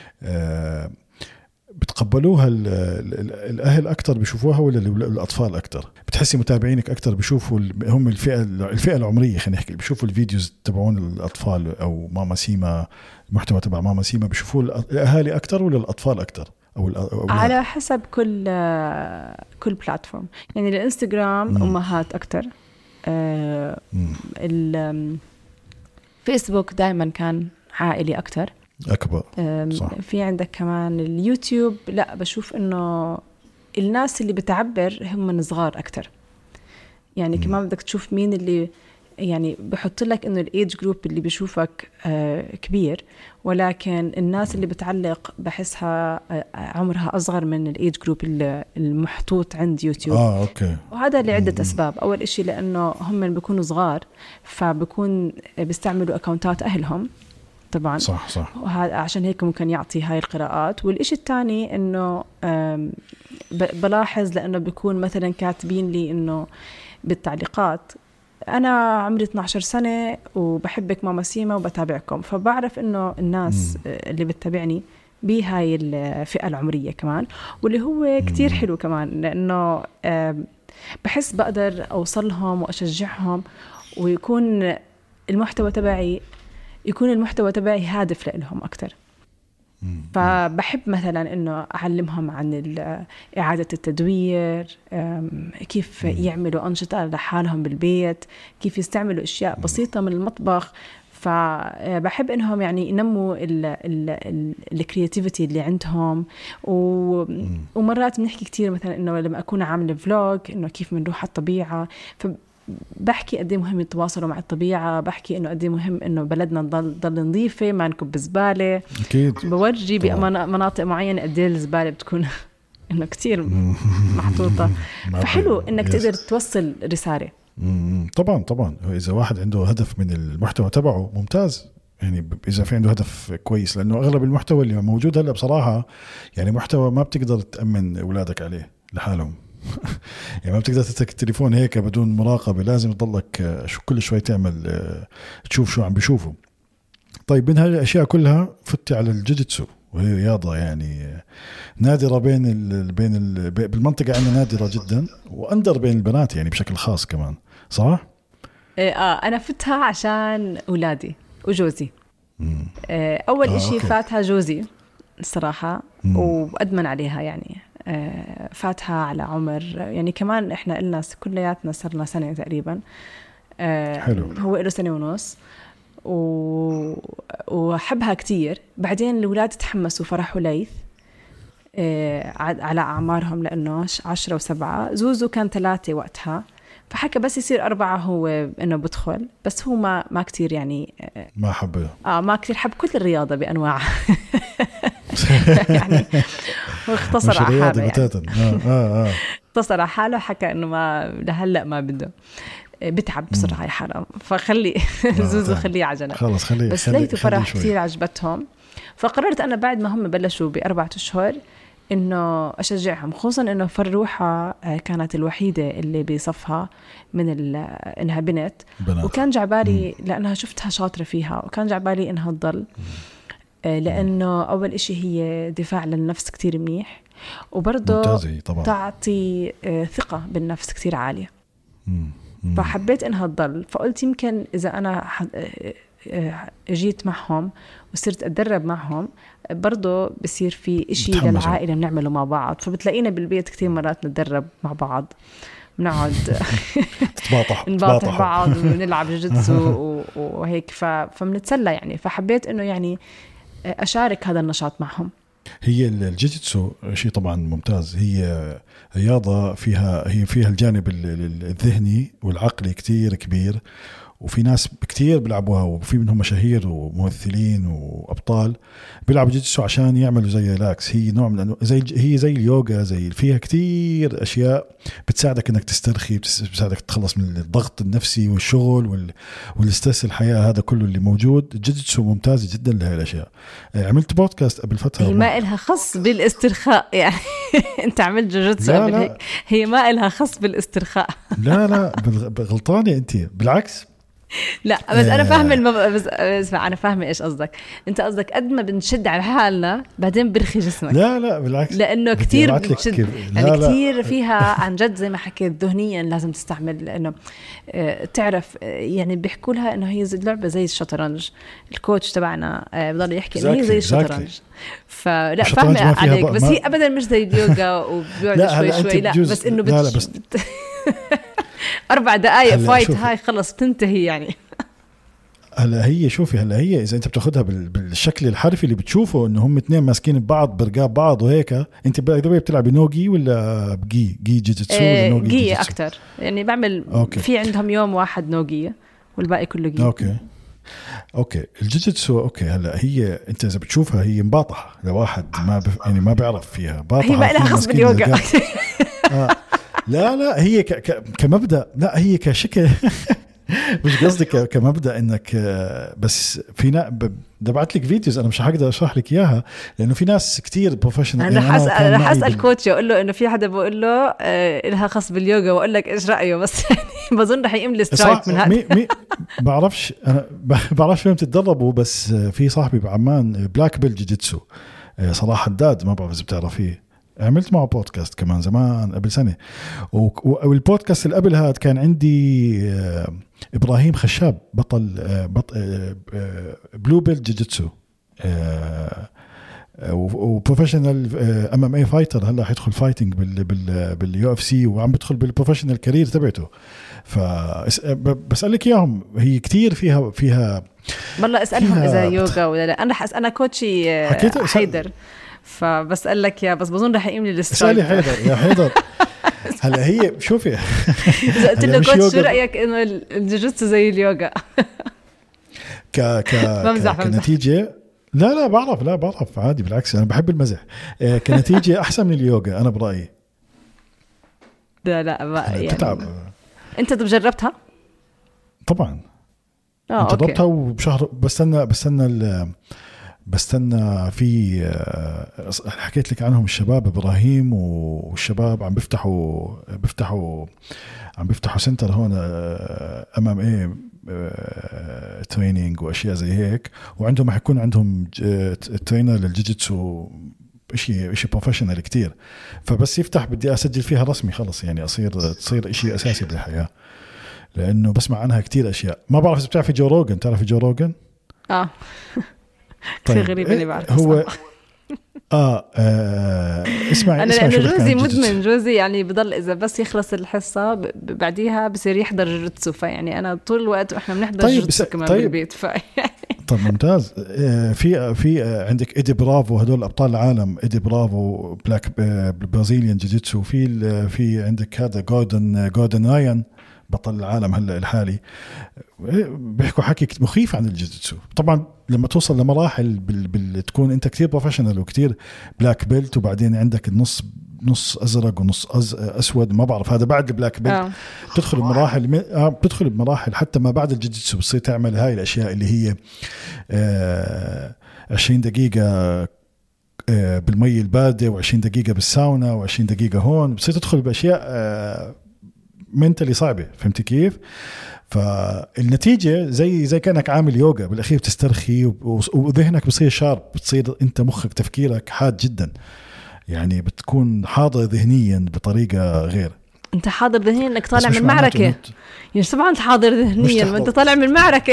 بتقبلوها الأهل أكتر بيشوفوها ولا الأطفال أكتر؟ بتحسي متابعينك أكتر بيشوفوا هم الفئة العمرية، خلينا نحكي، بيشوفوا الفيديوز تبعون الأطفال أو ماما سيما، المحتوى تبع ماما سيما، بيشوفوا الأهالي أكتر ولا الأطفال أكتر؟ على حسب كل بلاتفورم. يعني الانستغرام أمهات أكتر، الفيسبوك دايما كان عائلي أكتر أكبر. في عندك كمان اليوتيوب، لا بشوف إنه الناس اللي بتعبر هم من صغار أكتر. يعني كمان بدك تشوف مين اللي يعني بحط لك إنه الإيج جروب اللي بيشوفك كبير، ولكن الناس اللي بتعلق بحسها عمرها أصغر من الإيج جروب المحطوط عند يوتيوب. أوكي. وهذا لعدة أسباب. أول إشي لأنه هم بيكونوا صغار، فبكون بيستعملوا أكاونتات أهلهم طبعا. صح. وهذا عشان هيك ممكن يعطي هاي القراءات. والإشي الثاني إنه بلاحظ لأنه بيكون مثلا كاتبين لي إنه بالتعليقات أنا عمري 12 سنة وبحبك ماما سيما وبتابعكم، فبعرف إنه الناس اللي بتتابعني بهاي الفئة العمرية كمان، واللي هو كتير حلو كمان لأنه بحس بقدر أوصلهم وأشجعهم، ويكون المحتوى تبعي هادف لهم أكتر. فبحب مثلا إنه أعلمهم عن إعادة التدوير، كيف يعملوا أنشطة لحالهم بالبيت، كيف يستعملوا أشياء بسيطة من المطبخ. فبحب إنهم يعني ينموا الكرياتيفيتي اللي عندهم. ومرات بنحكي كتير مثلا إنه لما أكون عاملة فلوج إنه كيف بنروح على الطبيعة، بحكي قد ايه مهم يتواصلوا مع الطبيعة، بحكي انه قد ايه مهم انه بلدنا نضل نظيفة، ما نكب زبالة. اكيد. بورجي بمناطق معينة قد ايه الزبالة بتكون انه كتير محطوطة. فحلو انك تقدر توصل رسالة. طبعا اذا واحد عنده هدف من المحتوى تبعه ممتاز، يعني إذا في عنده هدف كويس، لأنه أغلب المحتوى اللي موجود هلأ بصراحة يعني محتوى ما بتقدر تأمن أولادك عليه لحالهم. يعني ما بتقدر تترك التليفون هيك بدون مراقبة، لازم تضلك كل شوي تعمل تشوف شو عم بيشوفوا. طيب من هاي الأشياء كلها فتي على الجوجيتسو، وهي رياضة يعني نادرة بالمنطقة عندنا، نادرة جدا وأندر بين البنات يعني بشكل خاص كمان، صح؟ أنا فتها عشان أولادي وجوزي. أول إشي فاتها جوزي الصراحة وأدمن عليها، يعني فاتها على عمر يعني كمان إحنا قلنا كلياتنا صرنا سنة تقريبا. حلو. هو له سنة ونص وحبها كتير. بعدين الأولاد تحمسوا فرحوا ليث على أعمارهم، لأنه 10 و7. زوزو كان 3 وقتها، فحكى بس يصير 4 هو إنه بدخل، بس هو ما كتير يعني ما حبه. ما كتير حب كل الرياضة بأنواعها. يعني هو اختصر على حاله يعني. اختصر على حاله، حكى إنه ما لهلأ ما بده، بتعب بسرعة يا حرام، فخلي زوزو خليه عجنة خلص. خليه بس ليث فرح كتير عجبتهم. فقررت أنا بعد ما هم بلشوا ب4 أشهر إنه أشجعهم، خصوصا إنه فروحة كانت الوحيدة اللي بصفها من إنها بنت. وكان جعبالي لأنها شفتها شاطرة فيها، وكان جعبالي إنها تضل، لأنه أول إشي هي دفاع للنفس كتير منيح، وبرضه تعطي ثقة بالنفس كتير عالية. فحبيت إنها تضل، فقلت يمكن إذا أنا جيت معهم وصرت أتدرب معهم برضو بصير في إشي للعائلة بنعمله مع بعض. فبتلاقينا بالبيت كتير مرات نتدرب مع بعض، بنقعد نباطح بعض ونلعب جوجيتسو وهيك، فبنتسلى يعني. فحبيت إنه يعني أشارك هذا النشاط معهم. هي الجوجيتسو شيء طبعا ممتاز، هي رياضة فيها الجانب الذهني والعقلي كتير كبير، وفي ناس كتير بيلعبوها، وفي منهم مشاهير وممثلين وأبطال بيلعبوا جوجيتسو عشان يعملوا زي ريلاكس. هي نوع من هي زي اليوغا، فيها كتير أشياء بتساعدك إنك تسترخي، بتساعدك تخلص من الضغط النفسي والشغل والسترس الحياة، هذا كله اللي موجود. الجوجيتسو ممتازة جدا لهي الأشياء. عملت بودكاست قبل فترة، هي ما إلها خص بالاسترخاء يعني. أنت عملت جوجيتسو قبل هيك، هي ما إلها خص بالاسترخاء. لا غلطانة أنت، بالعكس. لا بس أنا فاهمة بس أنا فاهمة إيش قصدك. أنت قصدك قد ما بنشد على حالنا بعدين برخي جسمك. لا بالعكس، لأنه كتير بنشد يعني كتير فيها عن جد زي ما حكيت ذهنيا لازم تستعمل، لأنه تعرف يعني بيحكوا لها إنه هي لعبة زي الشطرنج. الكوتش تبعنا بضل يحكي إنه هي زي الشطرنج. فلا فاهمة عليك، بس هي أبدا مش زي اليوغا وبيقعد شوي لا بس إنه بس 4 دقايق فايت هاي خلص تنتهي يعني. هلا هي شوفي، هلا هي اذا انت بتاخدها بالشكل الحرفي اللي بتشوفه انه هم اثنين ماسكين ببعض برقاب بعض وهيك، انت اذا بتلعبي نوجي ولا بجي جيجيتسو ولا نوجي جي اكثر يعني بعمل أوكي. في عندهم يوم واحد نوجي والباقي كله جي. اوكي الجيجيتسو اوكي. هلا هي انت اذا بتشوفها هي مباطحه لواحد ما يعني ما بيعرف فيها باطحه، هي ما لها خص باليوغا. لا هي كمبدا، لا هي كشكل مش قصدي كمبدا انك بس في دبعت لك فيديوز انا مش حقدر اشرح لك اياها لانه في ناس كتير بروفيشنال. انا رح اسال كوتش اقول له انه في حدا بقول له لها خص باليوغا واقول لك ايش رايه، بس بظن رح يقيم لي سترايك من هذا. بعرفش انا بعرفش وين بتتدربوا، بس في صاحبي بعمان بلاك بيل جيجيتسو صلاح حداد، ما بعرف اذا بتعرفيه، عملت معه بودكاست كمان زمان قبل سنة. والبودكاست اللي قبل هذا كان عندي إبراهيم خشاب بطل بلو بيل جيجيتسو وبروفيشنال MMA فايتر، هلا حيدخل فايتنج باليو اف سي وعم بدخل بالبروفيشنال كارير تبعته. فبسألك إياهم، هي كتير فيها والله اسألهم إذا يوغا ولا لا. أنا كوتشي حيدر، فبسأل لك يا بس بظن رح يقيم لي السترايك. سألي حيدر يا حيدر. هلا هي شوفي إذا قلت له كوتش شو رأيك إنه الجوجوتسو زي اليوغا كنتيجة؟ لا بعرف عادي، بالعكس أنا بحب المزح. كنتيجة أحسن من اليوغا أنا برأيي. لا يعني تتعب. أنت جربتها؟ طبعا جربتها وبشهر بستنى في حكيت لك عنهم الشباب إبراهيم والشباب عم بيفتحوا سنتر هون MMA ترينينج وأشياء زي هيك، وعندهم حيكون عندهم ترينر للجيجيتسو، إشي بروفيشنال كتير. فبس يفتح بدي أسجل فيها رسمي خلص، يعني تصير إشي أساسي بالحياة، لأنه بسمع عنها كتير أشياء. ما بعرف إذا بتعرفي جو روغن. تعرفي جو روغن؟ طيب. غريب اللي بعرف هو اسمعي أنا لأنه جوزي مدمن، جوزي يعني بضل إذا بس يخلص الحصة بعديها بصير يحضر جوجوتسو، فيعني أنا طول الوقت وإحنا بنحضر جوجوتسو كمان بالبيت. طب ممتاز. في عندك إيدي برافو، هدول أبطال العالم، إيدي برافو بلاك برازيليان جوجوتسو. في عندك هذا جوردن رايان بطل العالم هلا الحالي، بيحكوا حكي مخيف عن الجوجوتسو. طبعا لما توصل لمراحل تكون انت كتير بروفيشنال وكتير بلاك بيلت، وبعدين عندك نص ازرق ونص اسود، ما بعرف هذا بعد البلاك بيلت. بتدخل بمراحل حتى ما بعد الجوجوتسو بتصير تعمل هاي الاشياء اللي هي 20 دقيقة بالمي الباردة و20 دقيقة بالساونا و20 دقيقة هون، بتصير تدخل باشياء منتلي صعبة. فهمتي كيف؟ فالنتيجة زي كأنك عامل يوغا، بالأخير بتسترخي وذهنك بصير شارب، بتصير أنت مخك تفكيرك حاد جدا، يعني بتكون حاضر ذهنيا بطريقة غير. أنت حاضر ذهنيا أنك طالع من معركة، يعني طبعا أنت حاضر ذهنيا وأنت طالع من معركة.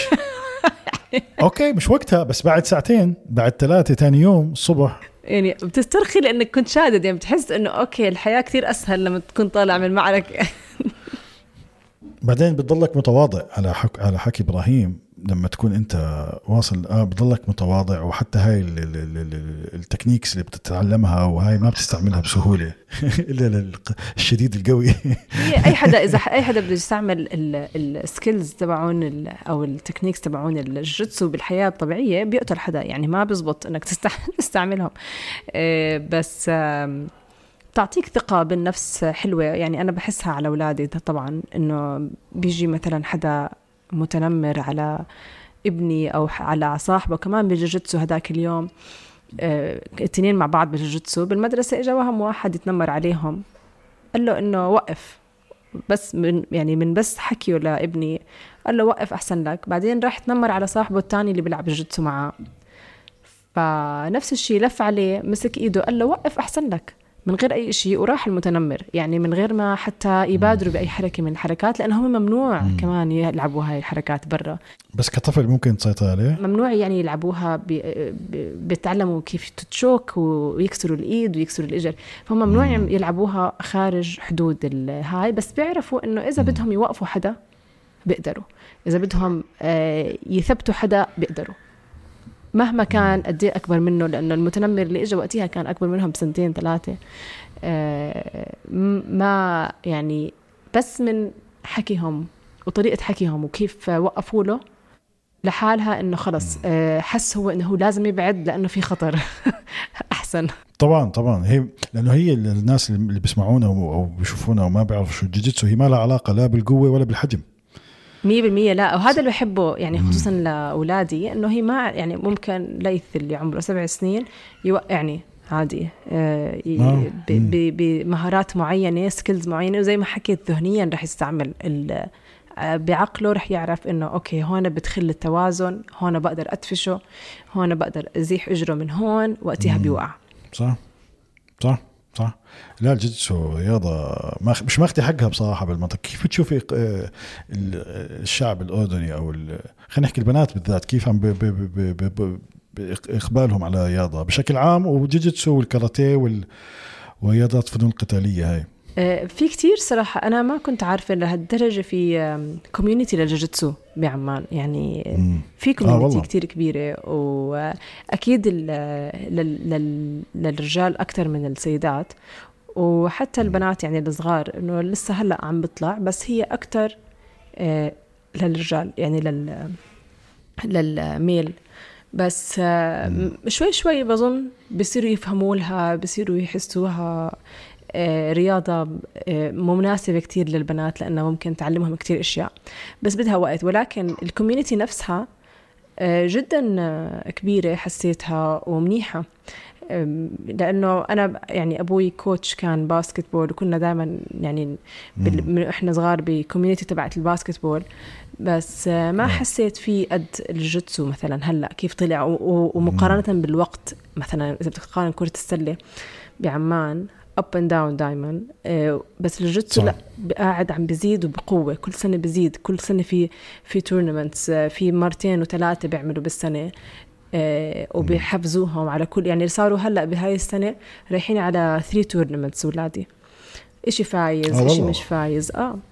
أوكي مش وقتها، بس بعد ساعتين بعد 3 تاني يوم الصبح يعني بتسترخي لأنك كنت شادد، يعني بتحس إنه أوكي الحياة كتير أسهل لما تكون طالع من معركة. بعدين بتضلك متواضع على حكي إبراهيم، لما تكون أنت واصل بتضلك متواضع، وحتى هاي التكنيكس اللي بتتعلمها وهاي ما بتستعملها بسهولة إلا الشديد القوي. أي حدا بده يستعمل السكيلز تبعون أو التكنيكس تبعون الجوجوتسو بالحياة الطبيعية بيقتل حدا، يعني ما بيزبط إنك تستعملهم. بس تعطيك ثقة بالنفس حلوة، يعني أنا بحسها على أولادي طبعا، إنه بيجي مثلا حدا متنمر على ابني أو على صاحبه كمان بالجوجوتسو. هداك اليوم التنين مع بعض بالجوجوتسو بالمدرسة، إجا وهم واحد يتنمر عليهم، قال له إنه وقف، بس من بس حكيه لابني قال له وقف أحسن لك. بعدين راح تنمر على صاحبه التاني اللي بيلعب جوجوتسو معه، فنفس الشيء لف عليه مسك إيده قال له وقف أحسن لك من غير أي شيء، وراح المتنمر يعني من غير ما حتى يبادروا بأي حركة من الحركات، لأنهم ممنوع كمان يلعبوا هاي الحركات برا. بس كطفل ممكن تسيطر عليه، ممنوع يعني يلعبوها بيتعلموا كيف تتشوك ويكسروا الإيد ويكسروا الإجر، فهم ممنوع يلعبوها خارج حدود هاي. بس بيعرفوا إنه إذا بدهم يوقفوا حدا بيقدروا، إذا بدهم يثبتوا حدا بيقدروا مهما كان قد ايه أكبر منه، لأنه المتنمر اللي إجا وقتها كان أكبر منهم بسنتين 3. ما يعني بس من حكيهم وطريقة حكيهم وكيف وقفوا له لحالها إنه خلص حس هو إنه لازم يبعد لأنه في خطر. أحسن. طبعا هي لأنه هي الناس اللي بيسمعونا أو بيشوفونا وما بيعرفوا شو الجوجيتسو، هي ما لها علاقة لا بالقوة ولا بالحجم 100%. لا، وهذا اللي بحبه يعني خصوصا لأولادي، إنه هي ما يعني ممكن ليث اللي عمره 7 سنين يوقعني عادي بمهارات معينة، سكيلز معينة، وزي ما حكيت ذهنيا رح يستعمل بعقله، رح يعرف إنه أوكي هون بتخل التوازن، هون بقدر أدفشه، هون بقدر أزيح أجره من هون، وقتها بيوقع. صح. لا الجوجيتسو رياضة مش ماخدي حقها بصراحة بالمنطق. كيف بتشوفي الشعب الأردني أو خلينا نحكي البنات بالذات كيف عم بإقبالهم على رياضة بشكل عام، والجوجيتسو والكاراتيه ورياضات فنون القتالية هاي؟ في كتير صراحة. أنا ما كنت عارفة لهالدرجة في كوميونيتي للجوجيتسو بعمان، يعني في كوميونيتي كتير كبيرة، وأكيد للرجال أكتر من السيدات، وحتى البنات يعني الصغار إنه لسه هلأ عم بطلع، بس هي أكتر للرجال يعني للميل. بس شوي بظن بيصيروا يفهموا لها، بيصيروا يحسوها رياضة مناسبة كتير للبنات، لأنها ممكن تعلمهم كتير أشياء، بس بدها وقت. ولكن الكوميونيتي نفسها جدا كبيرة حسيتها ومنيحة، لأنه أنا يعني أبوي كوتش كان باسكتبول، وكنا دائما يعني إحنا صغار بكوميونيتي تبعت الباسكتبول، بس ما حسيت فيه قد الجوجيتسو مثلا هلأ كيف طلع. ومقارنة بالوقت مثلا إذا بتقارن كرة السلة بعمان up and down دايما، بس الجوجيتسو لا، قاعد عم بزيد وبقوة، كل سنة بزيد، كل سنة في تورنمنتس، في 2 و3 بيعملوا بالسنة، وبيحفزوهم على كل، يعني صاروا هلأ بهاي السنة رايحين على 3 تورنمنتس ولادي، إشي فايز إشي مش فايز.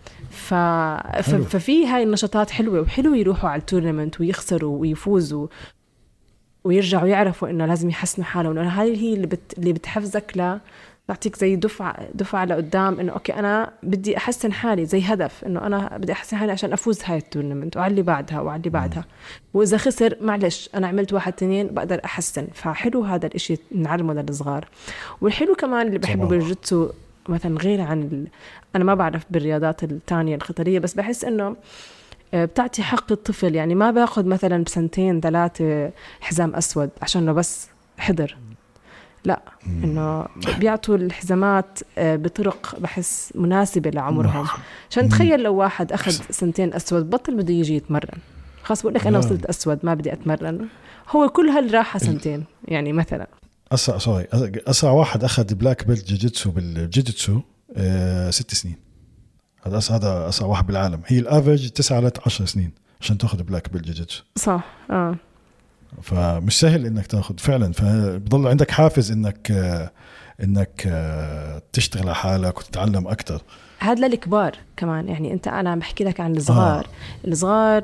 ففي هاي النشاطات حلوة، وحلو يروحوا على التورنمنت ويخسروا ويفوزوا ويرجعوا يعرفوا إنه لازم يحسنوا حالهم، لأن هاي هي اللي بتحفزك تعطيك زي دفعة لقدام، إنه أوكي أنا بدي أحسن حالي، زي هدف إنه أنا بدي أحسن حالي عشان أفوز هاي التورنمنت وعلي بعدها وإذا خسر معلش أنا عملت 1 2 بقدر أحسن. فحلو هذا الإشي نعلمه للصغار. والحلو كمان اللي بحبه بالجوجيتسو مثلا غير عن أنا ما بعرف بالرياضات التانية القتالية، بس بحس إنه بتعطي حق الطفل، يعني ما باخد مثلا ب2 3 حزام أسود عشانه بس حضر، لا، إنه بيعطوا الحزامات بطرق بحس مناسبة لعمرهم. عشان تخيل لو واحد أخذ 2 أسود بطل بده يجي يتمرن، خلاص بقول لك أنا وصلت أسود ما بدي أتمرن، هو كل هالراحة 2 يعني مثلا. أسرع واحد أخذ بلاك بيلت جوجيتسو بالجوجيتسو 6 سنين، هذا أسرع واحد بالعالم. هي الافرج 9 ل 10 سنين عشان تأخذ بلاك بيلت جوجيتسو. صح. فمش سهل انك تاخذ فعلا، فبضل عندك حافز انك تشتغل على حالك وتتعلم اكتر. هذا للكبار كمان، يعني انا عم بحكي لك عن الصغار. الصغار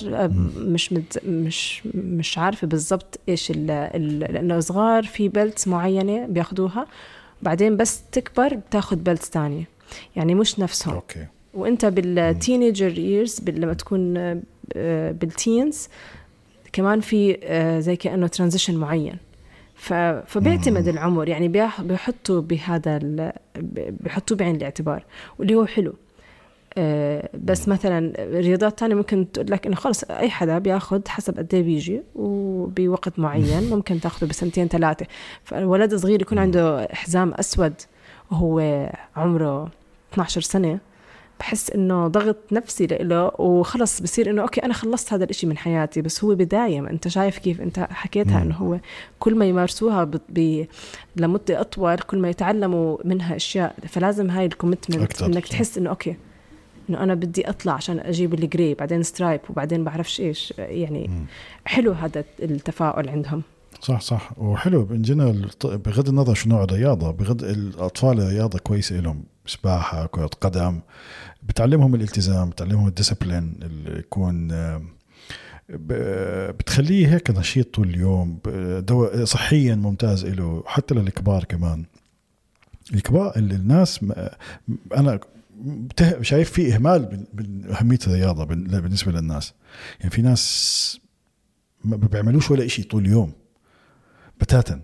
مش عارفه بالضبط ايش لانه صغار في بيلتس معينه بياخدوها، بعدين بس تكبر بتاخذ بيلتس تانية، يعني مش نفسهم. اوكي. وانت بالتينيجر ييرز لما تكون بالتينز كمان في زي كأنه ترانزيشن معين، فبيعتمد العمر، يعني بيحطوا بيحطوا بعين الاعتبار، واللي هو حلو. بس مثلا رياضات تانية ممكن تقول لك إنه خلص أي حدا بياخد حسب قد ايه بيجي وبوقت معين، ممكن تاخده ب2 3. فالولد صغير يكون عنده حزام أسود وهو عمره 12 سنة، بحس إنه ضغط نفسي له، وخلص بصير إنه أوكي أنا خلصت هذا الإشي من حياتي. بس هو بداية، ما أنت شايف كيف أنت حكيتها إنه هو كل ما يمارسوها لمدة أطول كل ما يتعلموا منها أشياء. فلازم هاي الكوميتمنت إنك تحس إنه أوكي إنه أنا بدي أطلع عشان أجيب الجري، بعدين سترايب، وبعدين بعرفش إيش يعني. حلو هذا التفاؤل عندهم. صح. وحلو بنجينا بغض النظر شو نوع الرياضة، بغض الأطفال رياضة كويسة لهم سباحة، كرة قدم، بتعلمهم الالتزام، بتعلمهم الديسيبلين اللي يكون بتخليه هيك نشيط طول اليوم، صحيا ممتاز له. حتى للكبار كمان، الكبار الناس أنا شايف في إهمال بأهمية الرياضة بالنسبة للناس. يعني في ناس ما بيعملوش ولا إشي طول اليوم بتاتا،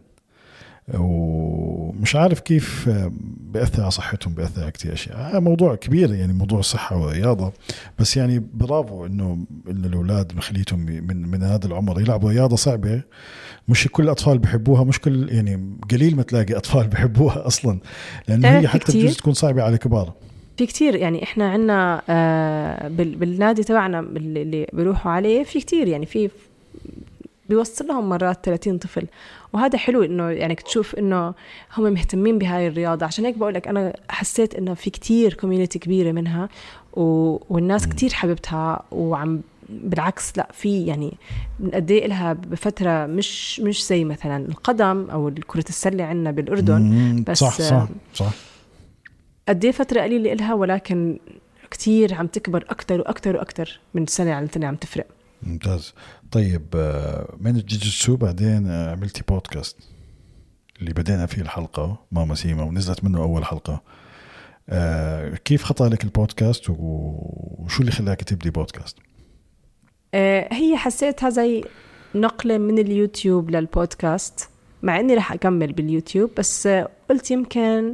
ومش عارف كيف بيأثر على صحتهم، بيأثر على كتير أشياء. موضوع كبير يعني، موضوع الصحة والرياضة. بس يعني برافو إنه الأولاد مخليتهم من هذا العمر يلعبوا رياضة صعبة. مش كل الأطفال بيحبوها، مش كل يعني قليل ما تلاقي أطفال بيحبوها أصلا، لأنه هي حتى بجوز تكون صعبة على الكبار. في كتير يعني إحنا عنا بالنادي تبعنا اللي بيروحوا عليه في كتير، يعني في بيوصل لهم مرات 30 طفل، وهذا حلو إنه يعني تشوف إنه هم مهتمين بهاي الرياضة. عشان هيك بقولك أنا حسيت إنه في كتير كوميونيتي كبيرة منها، والناس كتير حببتها. وعم بالعكس لا، في يعني من قد ايه لها بفترة مش زي مثلا القدم أو كرة السلة عندنا بالأردن. بس صح قد ايه فترة قليلة لها، ولكن كتير عم تكبر أكتر وأكتر وأكتر من سنة على سنة، عم تفرق. ممتاز. طيب من الجوجيتسو بعدين عملتي بودكاست اللي بدينا فيه الحلقة ماما سيما، ونزلت منه أول حلقة. كيف خطأ لك البودكاست، وشو اللي خلاك تبدي بودكاست؟ هي حسيتها زي نقلة من اليوتيوب للبودكاست، مع أني رح أكمل باليوتيوب، بس قلت يمكن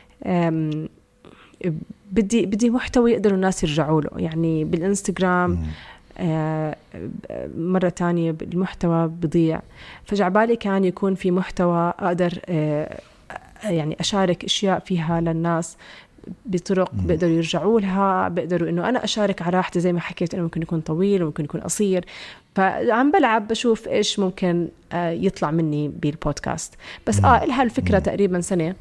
بدي محتوى يقدروا الناس يرجعوا له. يعني بالإنستغرام مرة تانية المحتوى بضيع، فجعبالي كان يكون في محتوى أقدر يعني أشارك أشياء فيها للناس بطرق بيقدروا يرجعوا لها، بيقدروا إنه أنا أشارك على راحتي زي ما حكيت، إنه ممكن يكون طويل وممكن يكون قصير. فعم بلعب بشوف إيش ممكن يطلع مني بالبودكاست. بس إلها الفكرة تقريبا سنة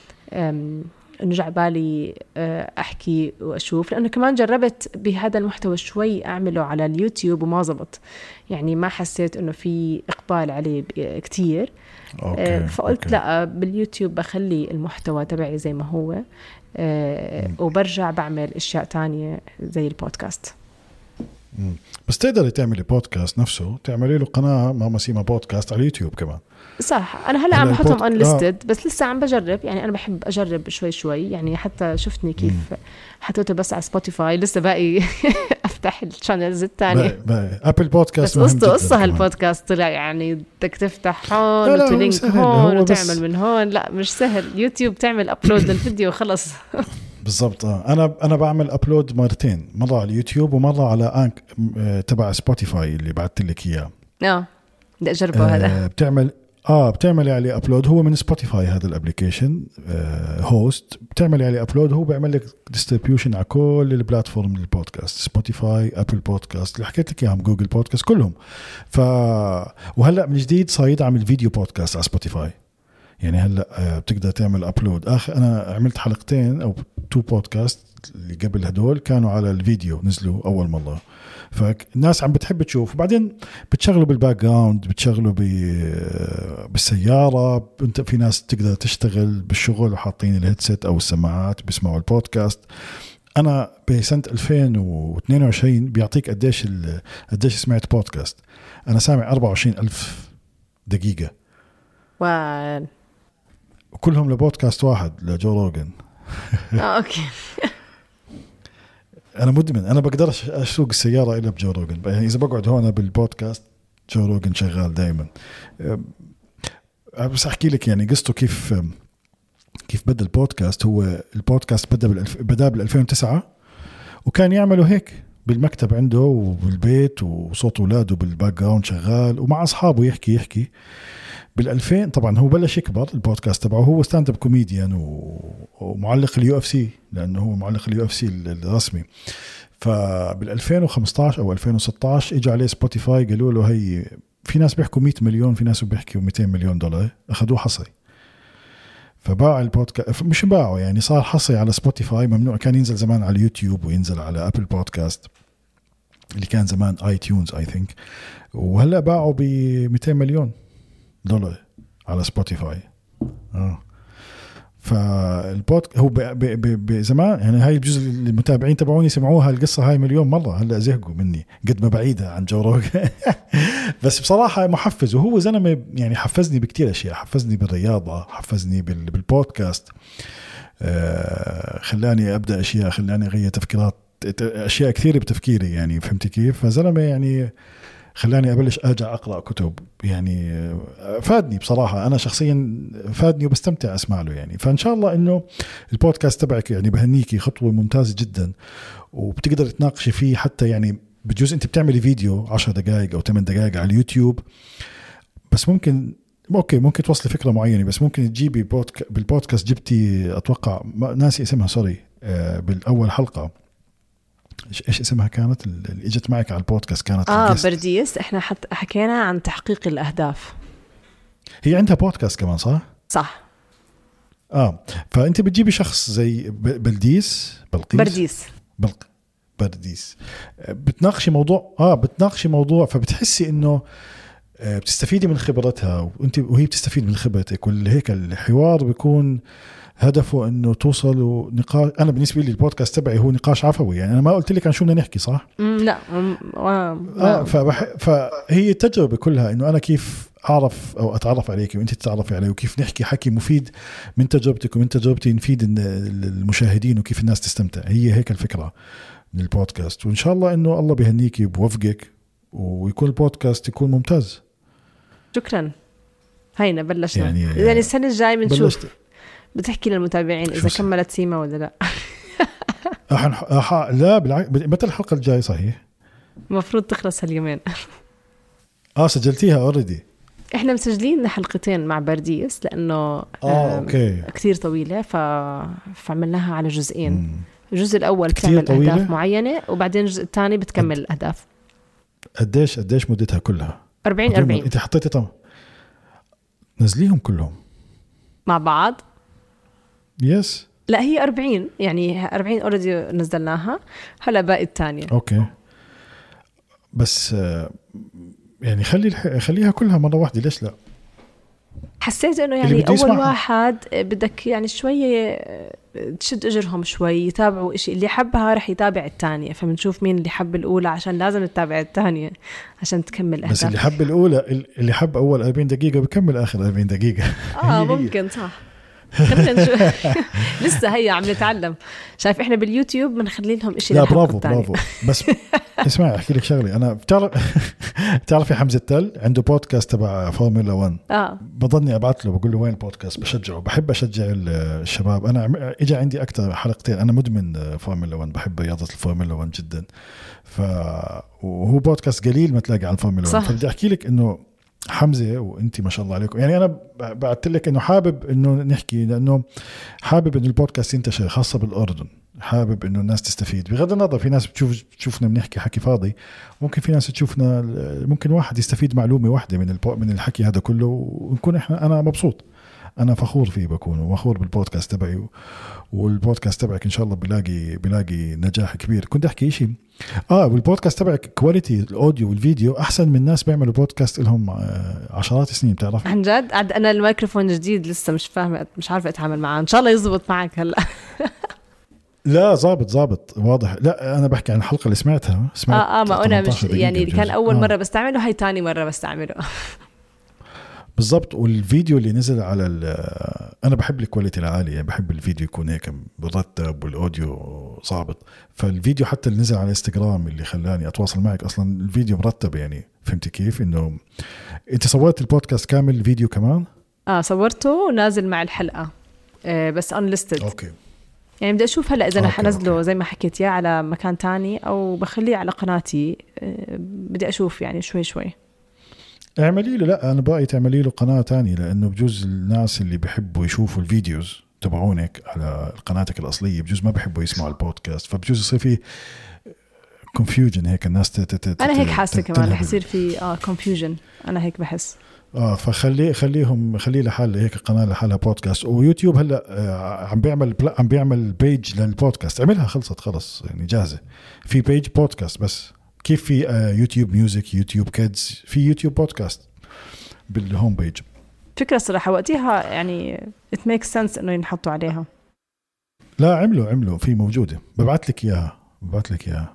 إنه جعبالي أحكي وأشوف، لأنه كمان جربت بهذا المحتوى شوي أعمله على اليوتيوب وما زبط، يعني ما حسيت إنه في إقبال عليه كتير. فقلت لا، باليوتيوب بخلي المحتوى تبعي زي ما هو، وبرجع بعمل أشياء تانية زي البودكاست. بس تقدري تعملي بودكاست نفسه، تعملي له قناة ماما سيما بودكاست على اليوتيوب كمان. صح، أنا هلأ عم بحطهم unlisted بس لسه عم بجرب. يعني أنا بحب أجرب شوي يعني، حتى شفتني كيف حطيته بس على سبوتيفاي، لسه باقي أفتح الشانلز الثانية. أبل بودكاست بس قصة هالبودكاست طلع يعني بدك تفتح هون وتلينك هون وتعمل من هون، لا مش سهل. يوتيوب تعمل أبلود للفيديو خلص. بالضبط. أنا بعمل أبلود مرتين، مرة على اليوتيوب ومرة على تبع سبوتيفاي اللي بعثت لك إياه. بدي أجربه هذا. بتعملي عليه أبلود، هو من سبوتيفاي هذا الابليكيشن هوست، بتعملي عليه أبلود، هو بيعمل لك ديستريبيوشن على كل البلاتفورم للبودكاست، سبوتيفاي، أبل بودكاست اللي حكيت لك إياهم، جوجل بودكاست، كلهم. وهلأ من جديد صايد عمل فيديو بودكاست على سبوتيفاي. يعني هلأ بتقدر تعمل أبلود. أنا عملت حلقتين أو 2 بودكاست اللي قبل هدول كانوا على الفيديو، نزلوا أول مرة، فالناس عم بتحب تشوف. وبعدين بتشغلوا بالباك جراوند، بتشغلوا بالسيارة. انت في ناس تقدر تشتغل بالشغل وحاطين الهيدسيت او السماعات بيسمعوا البودكاست. انا بسنة 2022 بيعطيك قديش سمعت بودكاست. انا سامع 24,000 دقيقة، وكلهم لبودكاست واحد لجو روغن. اوكي. أنا مدمن، أنا بقدرش أسوق السيارة إلا بجو روغن. يعني إذا بقعد هون بالبودكاست جو روغن شغال دايما. بس أحكي لك يعني قصته كيف بدأ البودكاست. هو البودكاست بدأ بال2009، وكان يعمله هيك بالمكتب عنده وبالبيت، وصوت أولاده بالباك جراوند شغال، ومع أصحابه يحكي. بال2000 طبعا هو بلش يكبر البودكاست تبعه. هو ستاند اب كوميديان ومعلق UFC، لأنه هو معلق UFC الرسمي. فبال2015 أو 2016 إجا عليه سبوتيفاي، قالوا له هي في ناس بيحكوا 100 مليون، في ناس بيحكوا 200 مليون دولار، أخذوه حصري. فباع البودكاست، مش باعه يعني، صار حصري على سبوتيفاي، ممنوع. كان ينزل زمان على اليوتيوب وينزل على أبل بودكاست اللي كان زمان iTunes I think. وهلأ باعوا ب 200 مليون دولار على سبوتيفاي. هو زمان يعني هاي بجوز المتابعين تبعوني سمعوها القصة هاي مليون مرة هلا زهقوا مني قد ما بعيدة عن جو روغن. بس بصراحة محفز، وهو زلمة يعني حفزني بكتير أشياء، حفزني بالرياضة، حفزني بالبودكاست، خلاني أبدأ أشياء، خلاني أغير تفكيرات، أشياء كثيرة بتفكيري يعني، فهمتي كيف؟ فزلمة يعني خلاني أبلش أرجع أقرأ كتب يعني، فادني بصراحة، أنا شخصيا فادني وبستمتع أسمع له يعني. فإن شاء الله إنه البودكاست تبعك يعني بهنيكي خطوة ممتازة جدا، وبتقدر تناقشي فيه حتى يعني بجوز أنت بتعملي فيديو 10 دقائق أو 8 دقائق على اليوتيوب، بس ممكن ممكن توصلي فكرة معينة، بس ممكن تجيبي بالبودكاست جبتي أتوقع ناسي اسمها سوري بالأول حلقة ايش اسمها كانت اللي اجت معك على البودكاست؟ كانت برديس. احنا حكينا عن تحقيق الاهداف. هي عندها بودكاست كمان صح. فانت بتجيبي شخص زي بلقيس بتناقشي موضوع فبتحسي انه بتستفيدي من خبرتها وهي بتستفيد من خبرتك، وهيك الحوار بيكون هدفه انه توصلوا نقاش. انا بالنسبه لي البودكاست تبعي هو نقاش عفوي يعني، انا ما قلت لك عن شو بدنا نحكي صح؟ لا فهي التجربه كلها انه انا كيف اعرف او اتعرف عليك وانت تتعرفي علي، وكيف نحكي حكي مفيد من تجربتك ومن تجربتي نفيد المشاهدين وكيف الناس تستمتع. هي هيك الفكره من البودكاست، وان شاء الله انه الله بيهنيكي وبوفقك ويكون البودكاست يكون ممتاز. شكرا. هينا بلشنا يعني السنه الجاي بنشوف بتحكي للمتابعين إذا كملت سيما ولا لا. لا بالعكس، متى الحلقة الجاية صحيح؟ المفروض تخلص هاليومين. سجلتيها أوريدي؟ إحنا مسجلين حلقتين مع برديس لأنه أوكي. كتير طويلة فعملناها على جزئين. الجزء الأول بتعمل أهداف معينة، وبعدين الجزء الثاني بتكمل الأهداف. قديش مدتها كلها؟ 40. أنت حطيتي طبعا نزليهم كلهم مع بعض؟ يس. لا هي 40 يعني 40 أوريدي نزلناها، هلا باقي الثانية. أوكي. بس يعني خليها كلها مرة واحدة، ليش لا؟ حسيت إنه يعني أول واحد بدك يعني شوية تشد أجرهم شوي، يتابعوا إشي اللي حبها رح يتابع الثانية، فبنشوف مين اللي حب الأولى عشان لازم تتابع الثانية عشان تكمل أهداف. بس اللي حب الأولى اللي حب أول 40 دقيقة بكمل آخر 40 دقيقة. ممكن صح. خلينا نشوف. لسه هي عم نتعلم. شايف احنا باليوتيوب بنخلي لهم اشي. لا برافو. بس اسمع احكي لك شغلي، انا بتعرفي حمزة تل عنده بودكاست تبع فورمولا 1. بضلني ابعث له بقول له وين البودكاست، بشجعه، بحب اشجع الشباب. انا اجى عندي اكثر حلقتين، انا مدمن فورمولا 1، بحب رياضة الفورمولا 1 جدا. وهو بودكاست قليل ما تلاقي عن فورمولا 1. فبدي احكي لك انه حمزة وانتي ما شاء الله عليكم، يعني انا بعثت لك انه حابب انه نحكي، لانه حابب انه البودكاست ينتشر خاصة بالاردن، حابب انه الناس تستفيد. بغض النظر في ناس بتشوفنا بنحكي حكي فاضي، ممكن في ناس تشوفنا ممكن واحد يستفيد معلومة واحدة من الحكي هذا كله، ونكون انا مبسوط، انا فخور فيه، بكون فخور بالبودكاست تبعي، والبودكاست تبعك ان شاء الله بلاقي نجاح كبير. كنت احكي شيء والبودكاست تبعك كواليتي الاوديو والفيديو احسن من ناس بيعملوا بودكاست لهم عشرات السنين، بتعرف عن جد. انا الميكروفون جديد لسه مش فاهمه، مش عارفه اتعامل معاه، ان شاء الله يزبط معك هلا. لا ضابط واضح. لا انا بحكي عن الحلقه اللي سمعت ما انا مش يعني كان اول مره بستعمله، هاي تاني مره بستعمله. بالضبط. والفيديو اللي نزل على انا بحب الكواليتي العاليه، يعني بحب الفيديو يكون هيك مرتب والاوديو ضابط. فالفيديو حتى اللي نزل على انستغرام اللي خلاني اتواصل معك، اصلا الفيديو مرتب يعني، فهمتي كيف؟ انه انت صورت البودكاست كامل الفيديو كمان؟ صورته ونازل مع الحلقه بس unlisted. اوكي. يعني بدي اشوف هلا اذا انا حنزله زي ما حكيت يا على مكان تاني او بخليه على قناتي. بدي اشوف يعني شوي اعملي له. لا انا برأيي تعملي له قناه تانية، لانه بجوز الناس اللي بيحبوا يشوفوا الفيديوز تبعونك على قناتك الاصليه بجوز ما بيحبوا يسمعوا البودكاست، فبجوز يصير في confusion هيك الناس انا هيك حاسه كمان رح يصير في confusion. انا هيك بحس. خليه لحاله هيك قناه لحالها بودكاست. ويوتيوب هلا عم بيعمل بيج للبودكاست، عملها خلصت خلص يعني جاهزه، في بيج بودكاست. بس كيف في يوتيوب ميوزك، يوتيوب كيدز، في يوتيوب بودكاست بالهوم بيج. فكرة الصراحة وقتها يعني it makes sense إنه ينحطوا عليها. لا عملوا في موجودة، ببعت لك إياها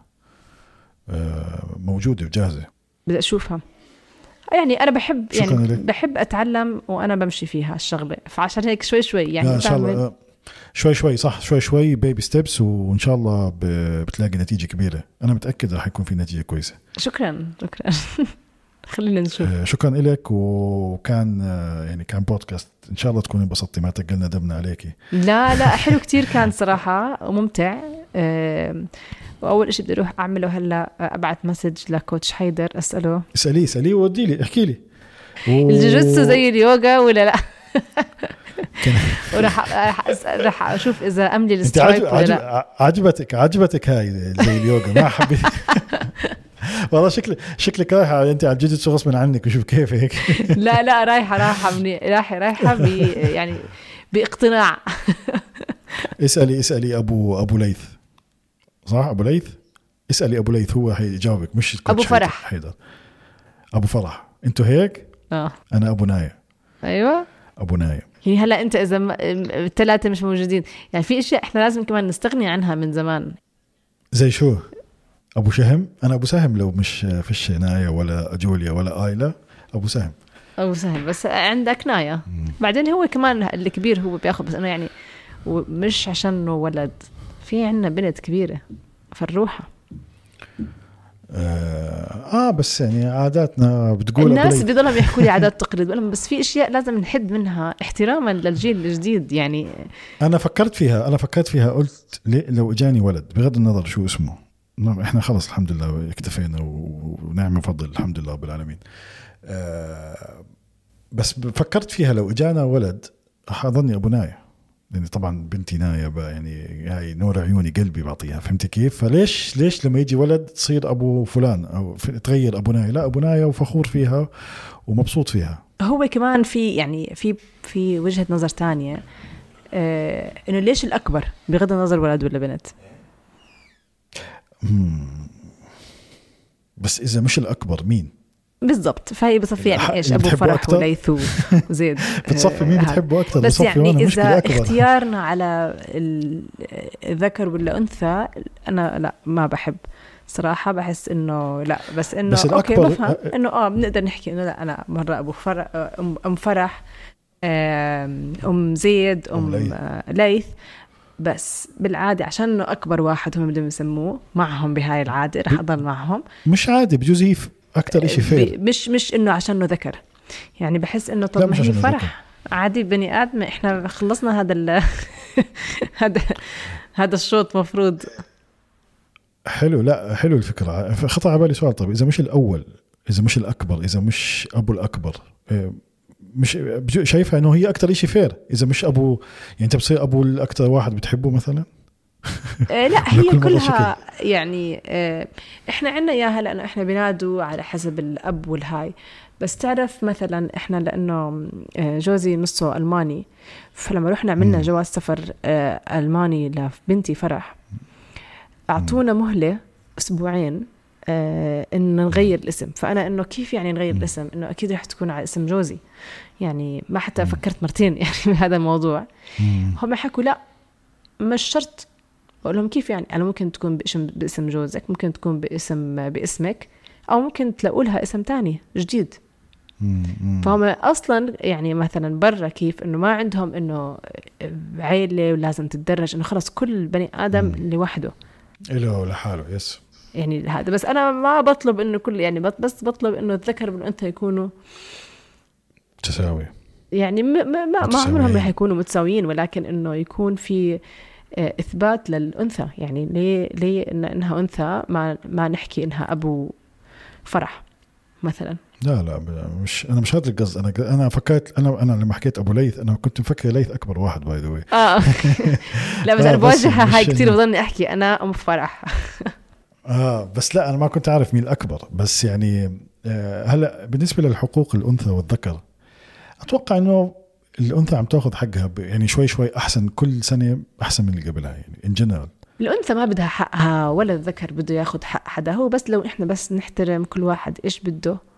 موجودة وجاهزة. بدي أشوفها. يعني أنا بحب أتعلم وأنا بمشي فيها الشغلة، فعشان هيك شوي يعني إن شاء الله شوي صح، شوي بيبي ستيبس، وإن شاء الله بتلاقي نتيجة كبيرة. أنا متأكد رح يكون في نتيجة كويسة. شكرا خلينا نشوف. شكرا لك، وكان يعني كان بودكاست إن شاء الله تكون انبسطتي، ما تقلنا دمنا عليكي. لا حلو كتير كان صراحة وممتع. وأول إشي بدي أروح أعمله هلا أبعت مسج لكوتش حيدر أسأله. اسأليه وودي لي احكي لي الجوجوتسو زي اليوغا ولا لا. وراح أشوف إذا أملي السترايك ولا لا. عجبتك هاي زي اليوغا؟ ما حبيت. والله شكلك رايحة أنت على الجوجوتسو غصبا عنك، وشوف كيف هيك. لا رايحة يعني باقتناع. اسألي أبو ليث، صح؟ أبو ليث، اسألي أبو ليث، هو هيجاوبك، مش أبو فرح. حيدر. أبو فرح، أنتوا هيك؟ أنا أبو نايا. أيوة أبو نايا. يعني هلا أنت إذا الثلاثة مش موجودين، يعني في أشياء إحنا لازم كمان نستغني عنها من زمان. زي شو؟ أبو شهم. أنا أبو سهم، لو مش فيش نايا ولا جوليا ولا آيلا، أبو سهم. بس عندك نايا. بعدين هو كمان الكبير هو بياخد، بس أنا يعني ومش عشانه ولد، في عنا بنت كبيرة فالروحة. بس يعني عاداتنا بتقول الناس بيضلهم يحكوا لي عادات تقليد، بس في اشياء لازم نحد منها احتراما للجيل الجديد. يعني انا فكرت فيها قلت لو اجاني ولد بغض النظر شو اسمه، احنا خلص الحمد لله اكتفينا ونعم فضل الحمد لله رب العالمين. بس فكرت فيها لو اجانا ولد حاضرني ابو نايا، يعني طبعا بنتي نايا يعني هاي نور عيوني قلبي بعطيها، فهمتي كيف؟ فليش لما يجي ولد تصير ابو فلان او تغير ابو نايا؟ لا، ابو نايا وفخور فيها ومبسوط فيها. هو كمان في يعني في وجهة نظر تانية، انه ليش الاكبر بغض النظر ولد ولا بنت. بس اذا مش الاكبر مين بالضبط؟ فهي بصفي يعني ايش ابو فرح وليث وزيد. بتصفي مين بتحبه اكثر؟ بس يعني اذا اختيارنا على الذكر ولا انثى، انا لا ما بحب صراحه، بحس انه لا، بس انه اوكي بفهم انه بنقدر نحكي انه لا، انا مره ابو فرح، ام فرح، ام زيد، ليث، بس بالعاده عشان انه اكبر واحد هم بدهم يسموه معهم بهاي العاده رح اضل معهم. مش عادي، بجوز هي اكثر شيء فير، مش انه عشانه ذكر، يعني بحس انه طب ما هي فرح ذكر. عادي بني ادم، احنا خلصنا هذا هذا الشوط مفروض. حلو. لا حلو الفكره. خطر على بالي سؤال، طب اذا مش الاول، اذا مش الاكبر، اذا مش ابو الاكبر، مش شايفها انه هي اكثر شيء فير؟ اذا مش ابو، يعني انت بتصير ابو الاكثر واحد بتحبه مثلا. لا هي كلها يعني احنا عنا اياها لانه احنا بنادوا على حسب الاب والهاي. بس تعرف مثلا احنا لانه جوزي نصه الماني، فلما رحنا عملنا جواز سفر الماني لبنتي فرح، اعطونا مهله اسبوعين ان نغير الاسم. فانا انه كيف يعني نغير الاسم؟ انه اكيد رح تكون على اسم جوزي، يعني ما حتى فكرت مرتين يعني بهذا الموضوع. هم حكوا لا مش شرط. أقول لهم كيف يعني؟ أنا ممكن تكون باسم جوزك، ممكن تكون باسمك، أو ممكن تلاقوا لها اسم تاني جديد. فهم أصلا يعني مثلا برا كيف إنه ما عندهم إنه عيلة ولازم تتدرج، إنه خلاص كل بني آدم لوحده إله لحاله. يس يعني هذا. بس أنا ما بطلب إنه كل يعني بس بطلب إنه الذكر والأنثى يكونوا تساوي، يعني ما عمرهم رح يكونوا متساويين، ولكن إنه يكون في إثبات للأنثى. يعني ليه إنها أنثى ما نحكي إنها أبو فرح مثلا؟ لا مش أنا مش هذا القصد. أنا فكرت أنا لما حكيت أبو ليث أنا كنت مفكر ليث أكبر واحد باي ذا واي. لا بس أنا بواجهها هاي كتير، بظني أحكي أنا أم فرح. بس لا أنا ما كنت عارف مين الأكبر. بس يعني هلا بالنسبة للحقوق الأنثى والذكر، أتوقع إنه الأنثى عم تأخذ حقها يعني شوي أحسن، كل سنة أحسن من اللي قبلها. يعني إن جنرال الأنثى ما بدها حقها ولا الذكر بده ياخد حق حدا. هو بس لو إحنا بس نحترم كل واحد إيش بده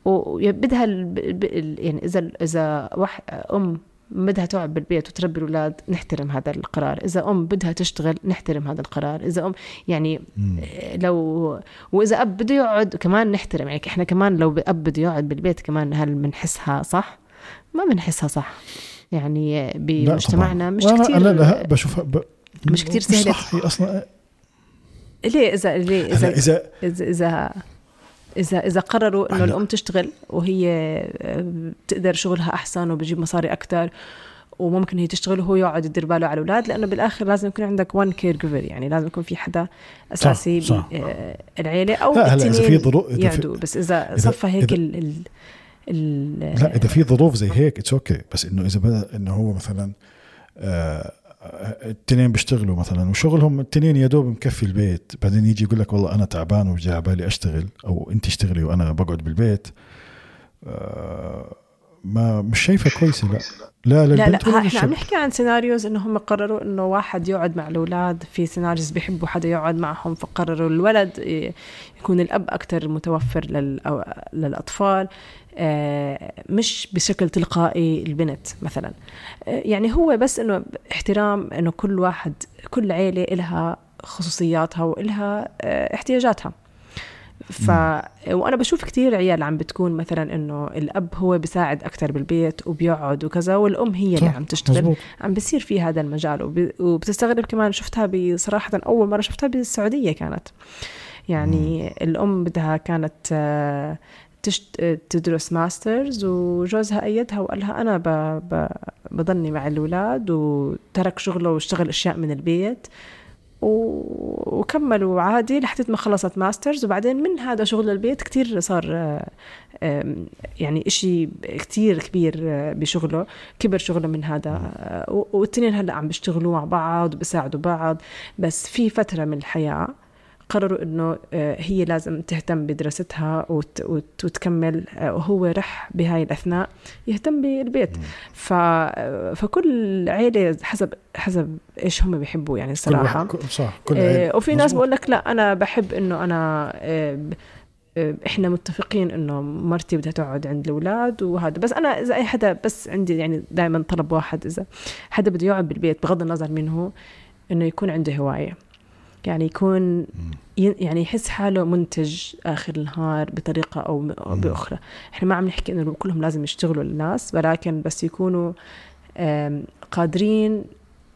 وبدها يعني إذا أم بدها تقعد بالبيت وتربي الأولاد نحترم هذا القرار. إذا أم بدها تشتغل نحترم هذا القرار. إذا أم يعني وإذا أب بده يقعد كمان نحترم. يعني إحنا كمان لو أب بده يقعد بالبيت كمان هل بنحسها صح؟ ما بنحسها صح. يعني بمجتمعنا مش كتير. لا بشوفها مش كتير سهلة صح. هي أصلا ليه إذا قرروا إنه الأم تشتغل وهي بتقدر شغلها أحسن وبجيب مصاري أكتر وممكن هي تشتغل وهو يقعد يدير باله على الأولاد. لأنه بالآخر لازم يكون عندك one caregiver. يعني لازم يكون في حدا أساسي صح. العيلة أو التنين يعدوا. بس إذا صفى هيك لا إذا في ظروف زي هيك it's okay. بس إنه إذا بدأ إنه هو مثلا التنين بيشتغلوا مثلا وشغلهم التنين يدوب مكفي البيت، بعدين يجي يقول لك والله أنا تعبان وجاء بالي أشتغل، أو أنت اشتغلي وأنا بقعد بالبيت. ما مش شايفة كويسة. لا احنا عم نحكي عن سيناريوز انه هم قرروا انه واحد يقعد مع الاولاد. في سيناريوز بيحبوا حدا يقعد معهم فقرروا الولد يكون الاب اكتر متوفر للاطفال، مش بشكل تلقائي البنت مثلا. يعني هو بس انه احترام انه كل واحد كل عيلة لها خصوصياتها ولها احتياجاتها. وأنا بشوف كتير عيال عم بتكون مثلا إنه الأب هو بيساعد أكتر بالبيت وبيقعد وكذا، والأم هي اللي عم تشتغل. مزبوط. عم بيصير في هذا المجال وبتستغرب كمان. شفتها بصراحة أول مرة شفتها بالسعودية كانت يعني الأم بدها كانت تدرس ماسترز وجوزها أيدها وقالها أنا بضلني مع الأولاد، وترك شغله واشتغل أشياء من البيت وكملوا عادي لحد ما خلصت ماسترز. وبعدين من هذا شغل البيت كتير صار يعني إشي كتير كبير بشغله، كبر شغله من هذا. والتنين هلأ عم بيشتغلوا مع بعض وبيساعدوا بعض. بس في فترة من الحياة قرروا إنه هي لازم تهتم بدراستها وتكمل، وهو رح بهاي الأثناء يهتم بالبيت. فكل عيلة حسب إيش هم بيحبوا يعني الصراحة. كل عيلة. وفي ناس بقول لك لا أنا بحب إنه أنا إحنا متفقين إنه مرتي بدها تقعد عند الأولاد وهذا. بس أنا إذا أي حدا بس عندي يعني دائما طلب واحد، إذا حدا بده يقعد بالبيت بغض النظر منه إنه يكون عنده هواية. يعني يكون يعني يحس حاله منتج آخر النهار بطريقة أو بأخرى. إحنا ما عم نحكي إنه كلهم لازم يشتغلوا للناس، ولكن بس يكونوا قادرين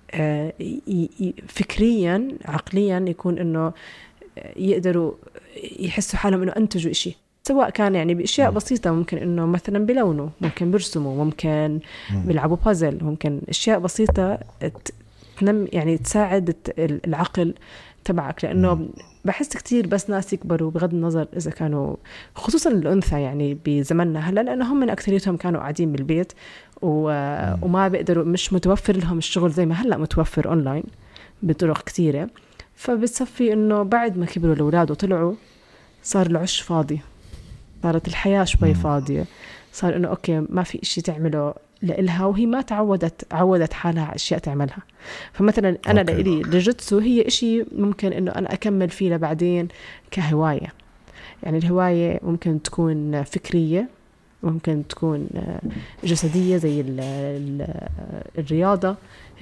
فكريا عقليا يكون إنه يقدروا يحسوا حالهم إنه أنتجوا إشي، سواء كان يعني بأشياء بسيطة. ممكن إنه مثلا بلونوا، ممكن بيرسموا، ممكن بيلعبوا بازل، ممكن أشياء بسيطة يعني تساعد العقل تبعك. لأنه بحس كتير بس ناس يكبروا بغض النظر إذا كانوا خصوصا الأنثى يعني بزمننا هلا، لأنهم من أكثريتهم كانوا قاعدين بالبيت وما بيقدروا، مش متوفر لهم الشغل زي ما هلا متوفر أونلاين بطرق كتيرة. فبتصفي إنه بعد ما كبروا الأولاد وطلعوا صار العش فاضي، صارت الحياة شوي فاضية، صار إنه أوكي ما في إشي تعمله لإلها، وهي ما عودت حالها على أشياء تعملها. فمثلا أنا لإلي الجوجيتسو هي إشي ممكن إنه أنا أكمل فيه لبعدين كهواية. يعني الهواية ممكن تكون فكرية، ممكن تكون جسدية زي الرياضة.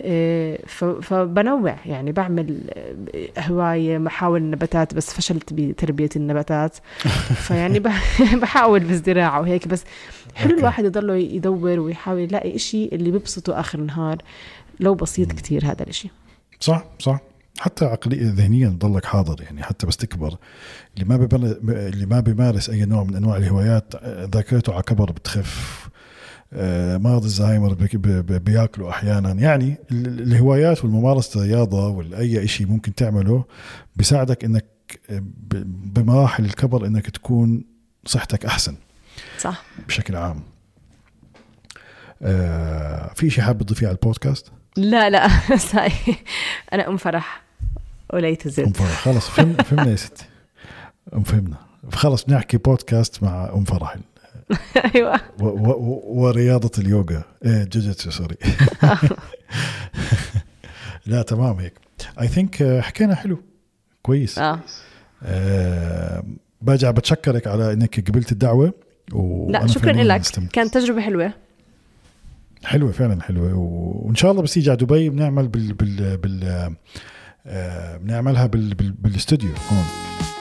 فبنوع يعني بعمل هواية، بحاول النباتات بس فشلت بتربية النباتات فيعني بحاول بالزراعة وهيك. بس حلو الواحد يضله يدور ويحاول يلاقي إشي اللي بيبسطه آخر النهار لو بسيط كتير هذا الإشي. صح حتى عقلية ذهنيا ضلك حاضر. يعني حتى بس تكبر اللي ما بيمارس أي نوع من أنواع الهوايات ذاكرته على كبر بتخف، مرض الزهايمر بياكلوا أحيانا. يعني الهوايات والممارسة الرياضة والأي شيء ممكن تعمله بيساعدك إنك بمراحل الكبر إنك تكون صحتك أحسن. صح بشكل عام. في شيء حابب تضيفيه على البودكاست؟ لا أنا أم فرح وليت زيت. أم فرح خلاص فهمنا يا ستي. فهمنا خلاص بنحكي بودكاست مع أم فرح. أيوة. ورياضة اليوغا جوجيتسو سوري. لا تمام هيك I think حكينا حلو كويس. برجع بتشكرك على انك قبلت الدعوة لا شكرا لك، كانت تجربة حلوة فعلا حلوة. وإن شاء الله بس يجي على دبي بنعمل بنعملها بالاستوديو هون.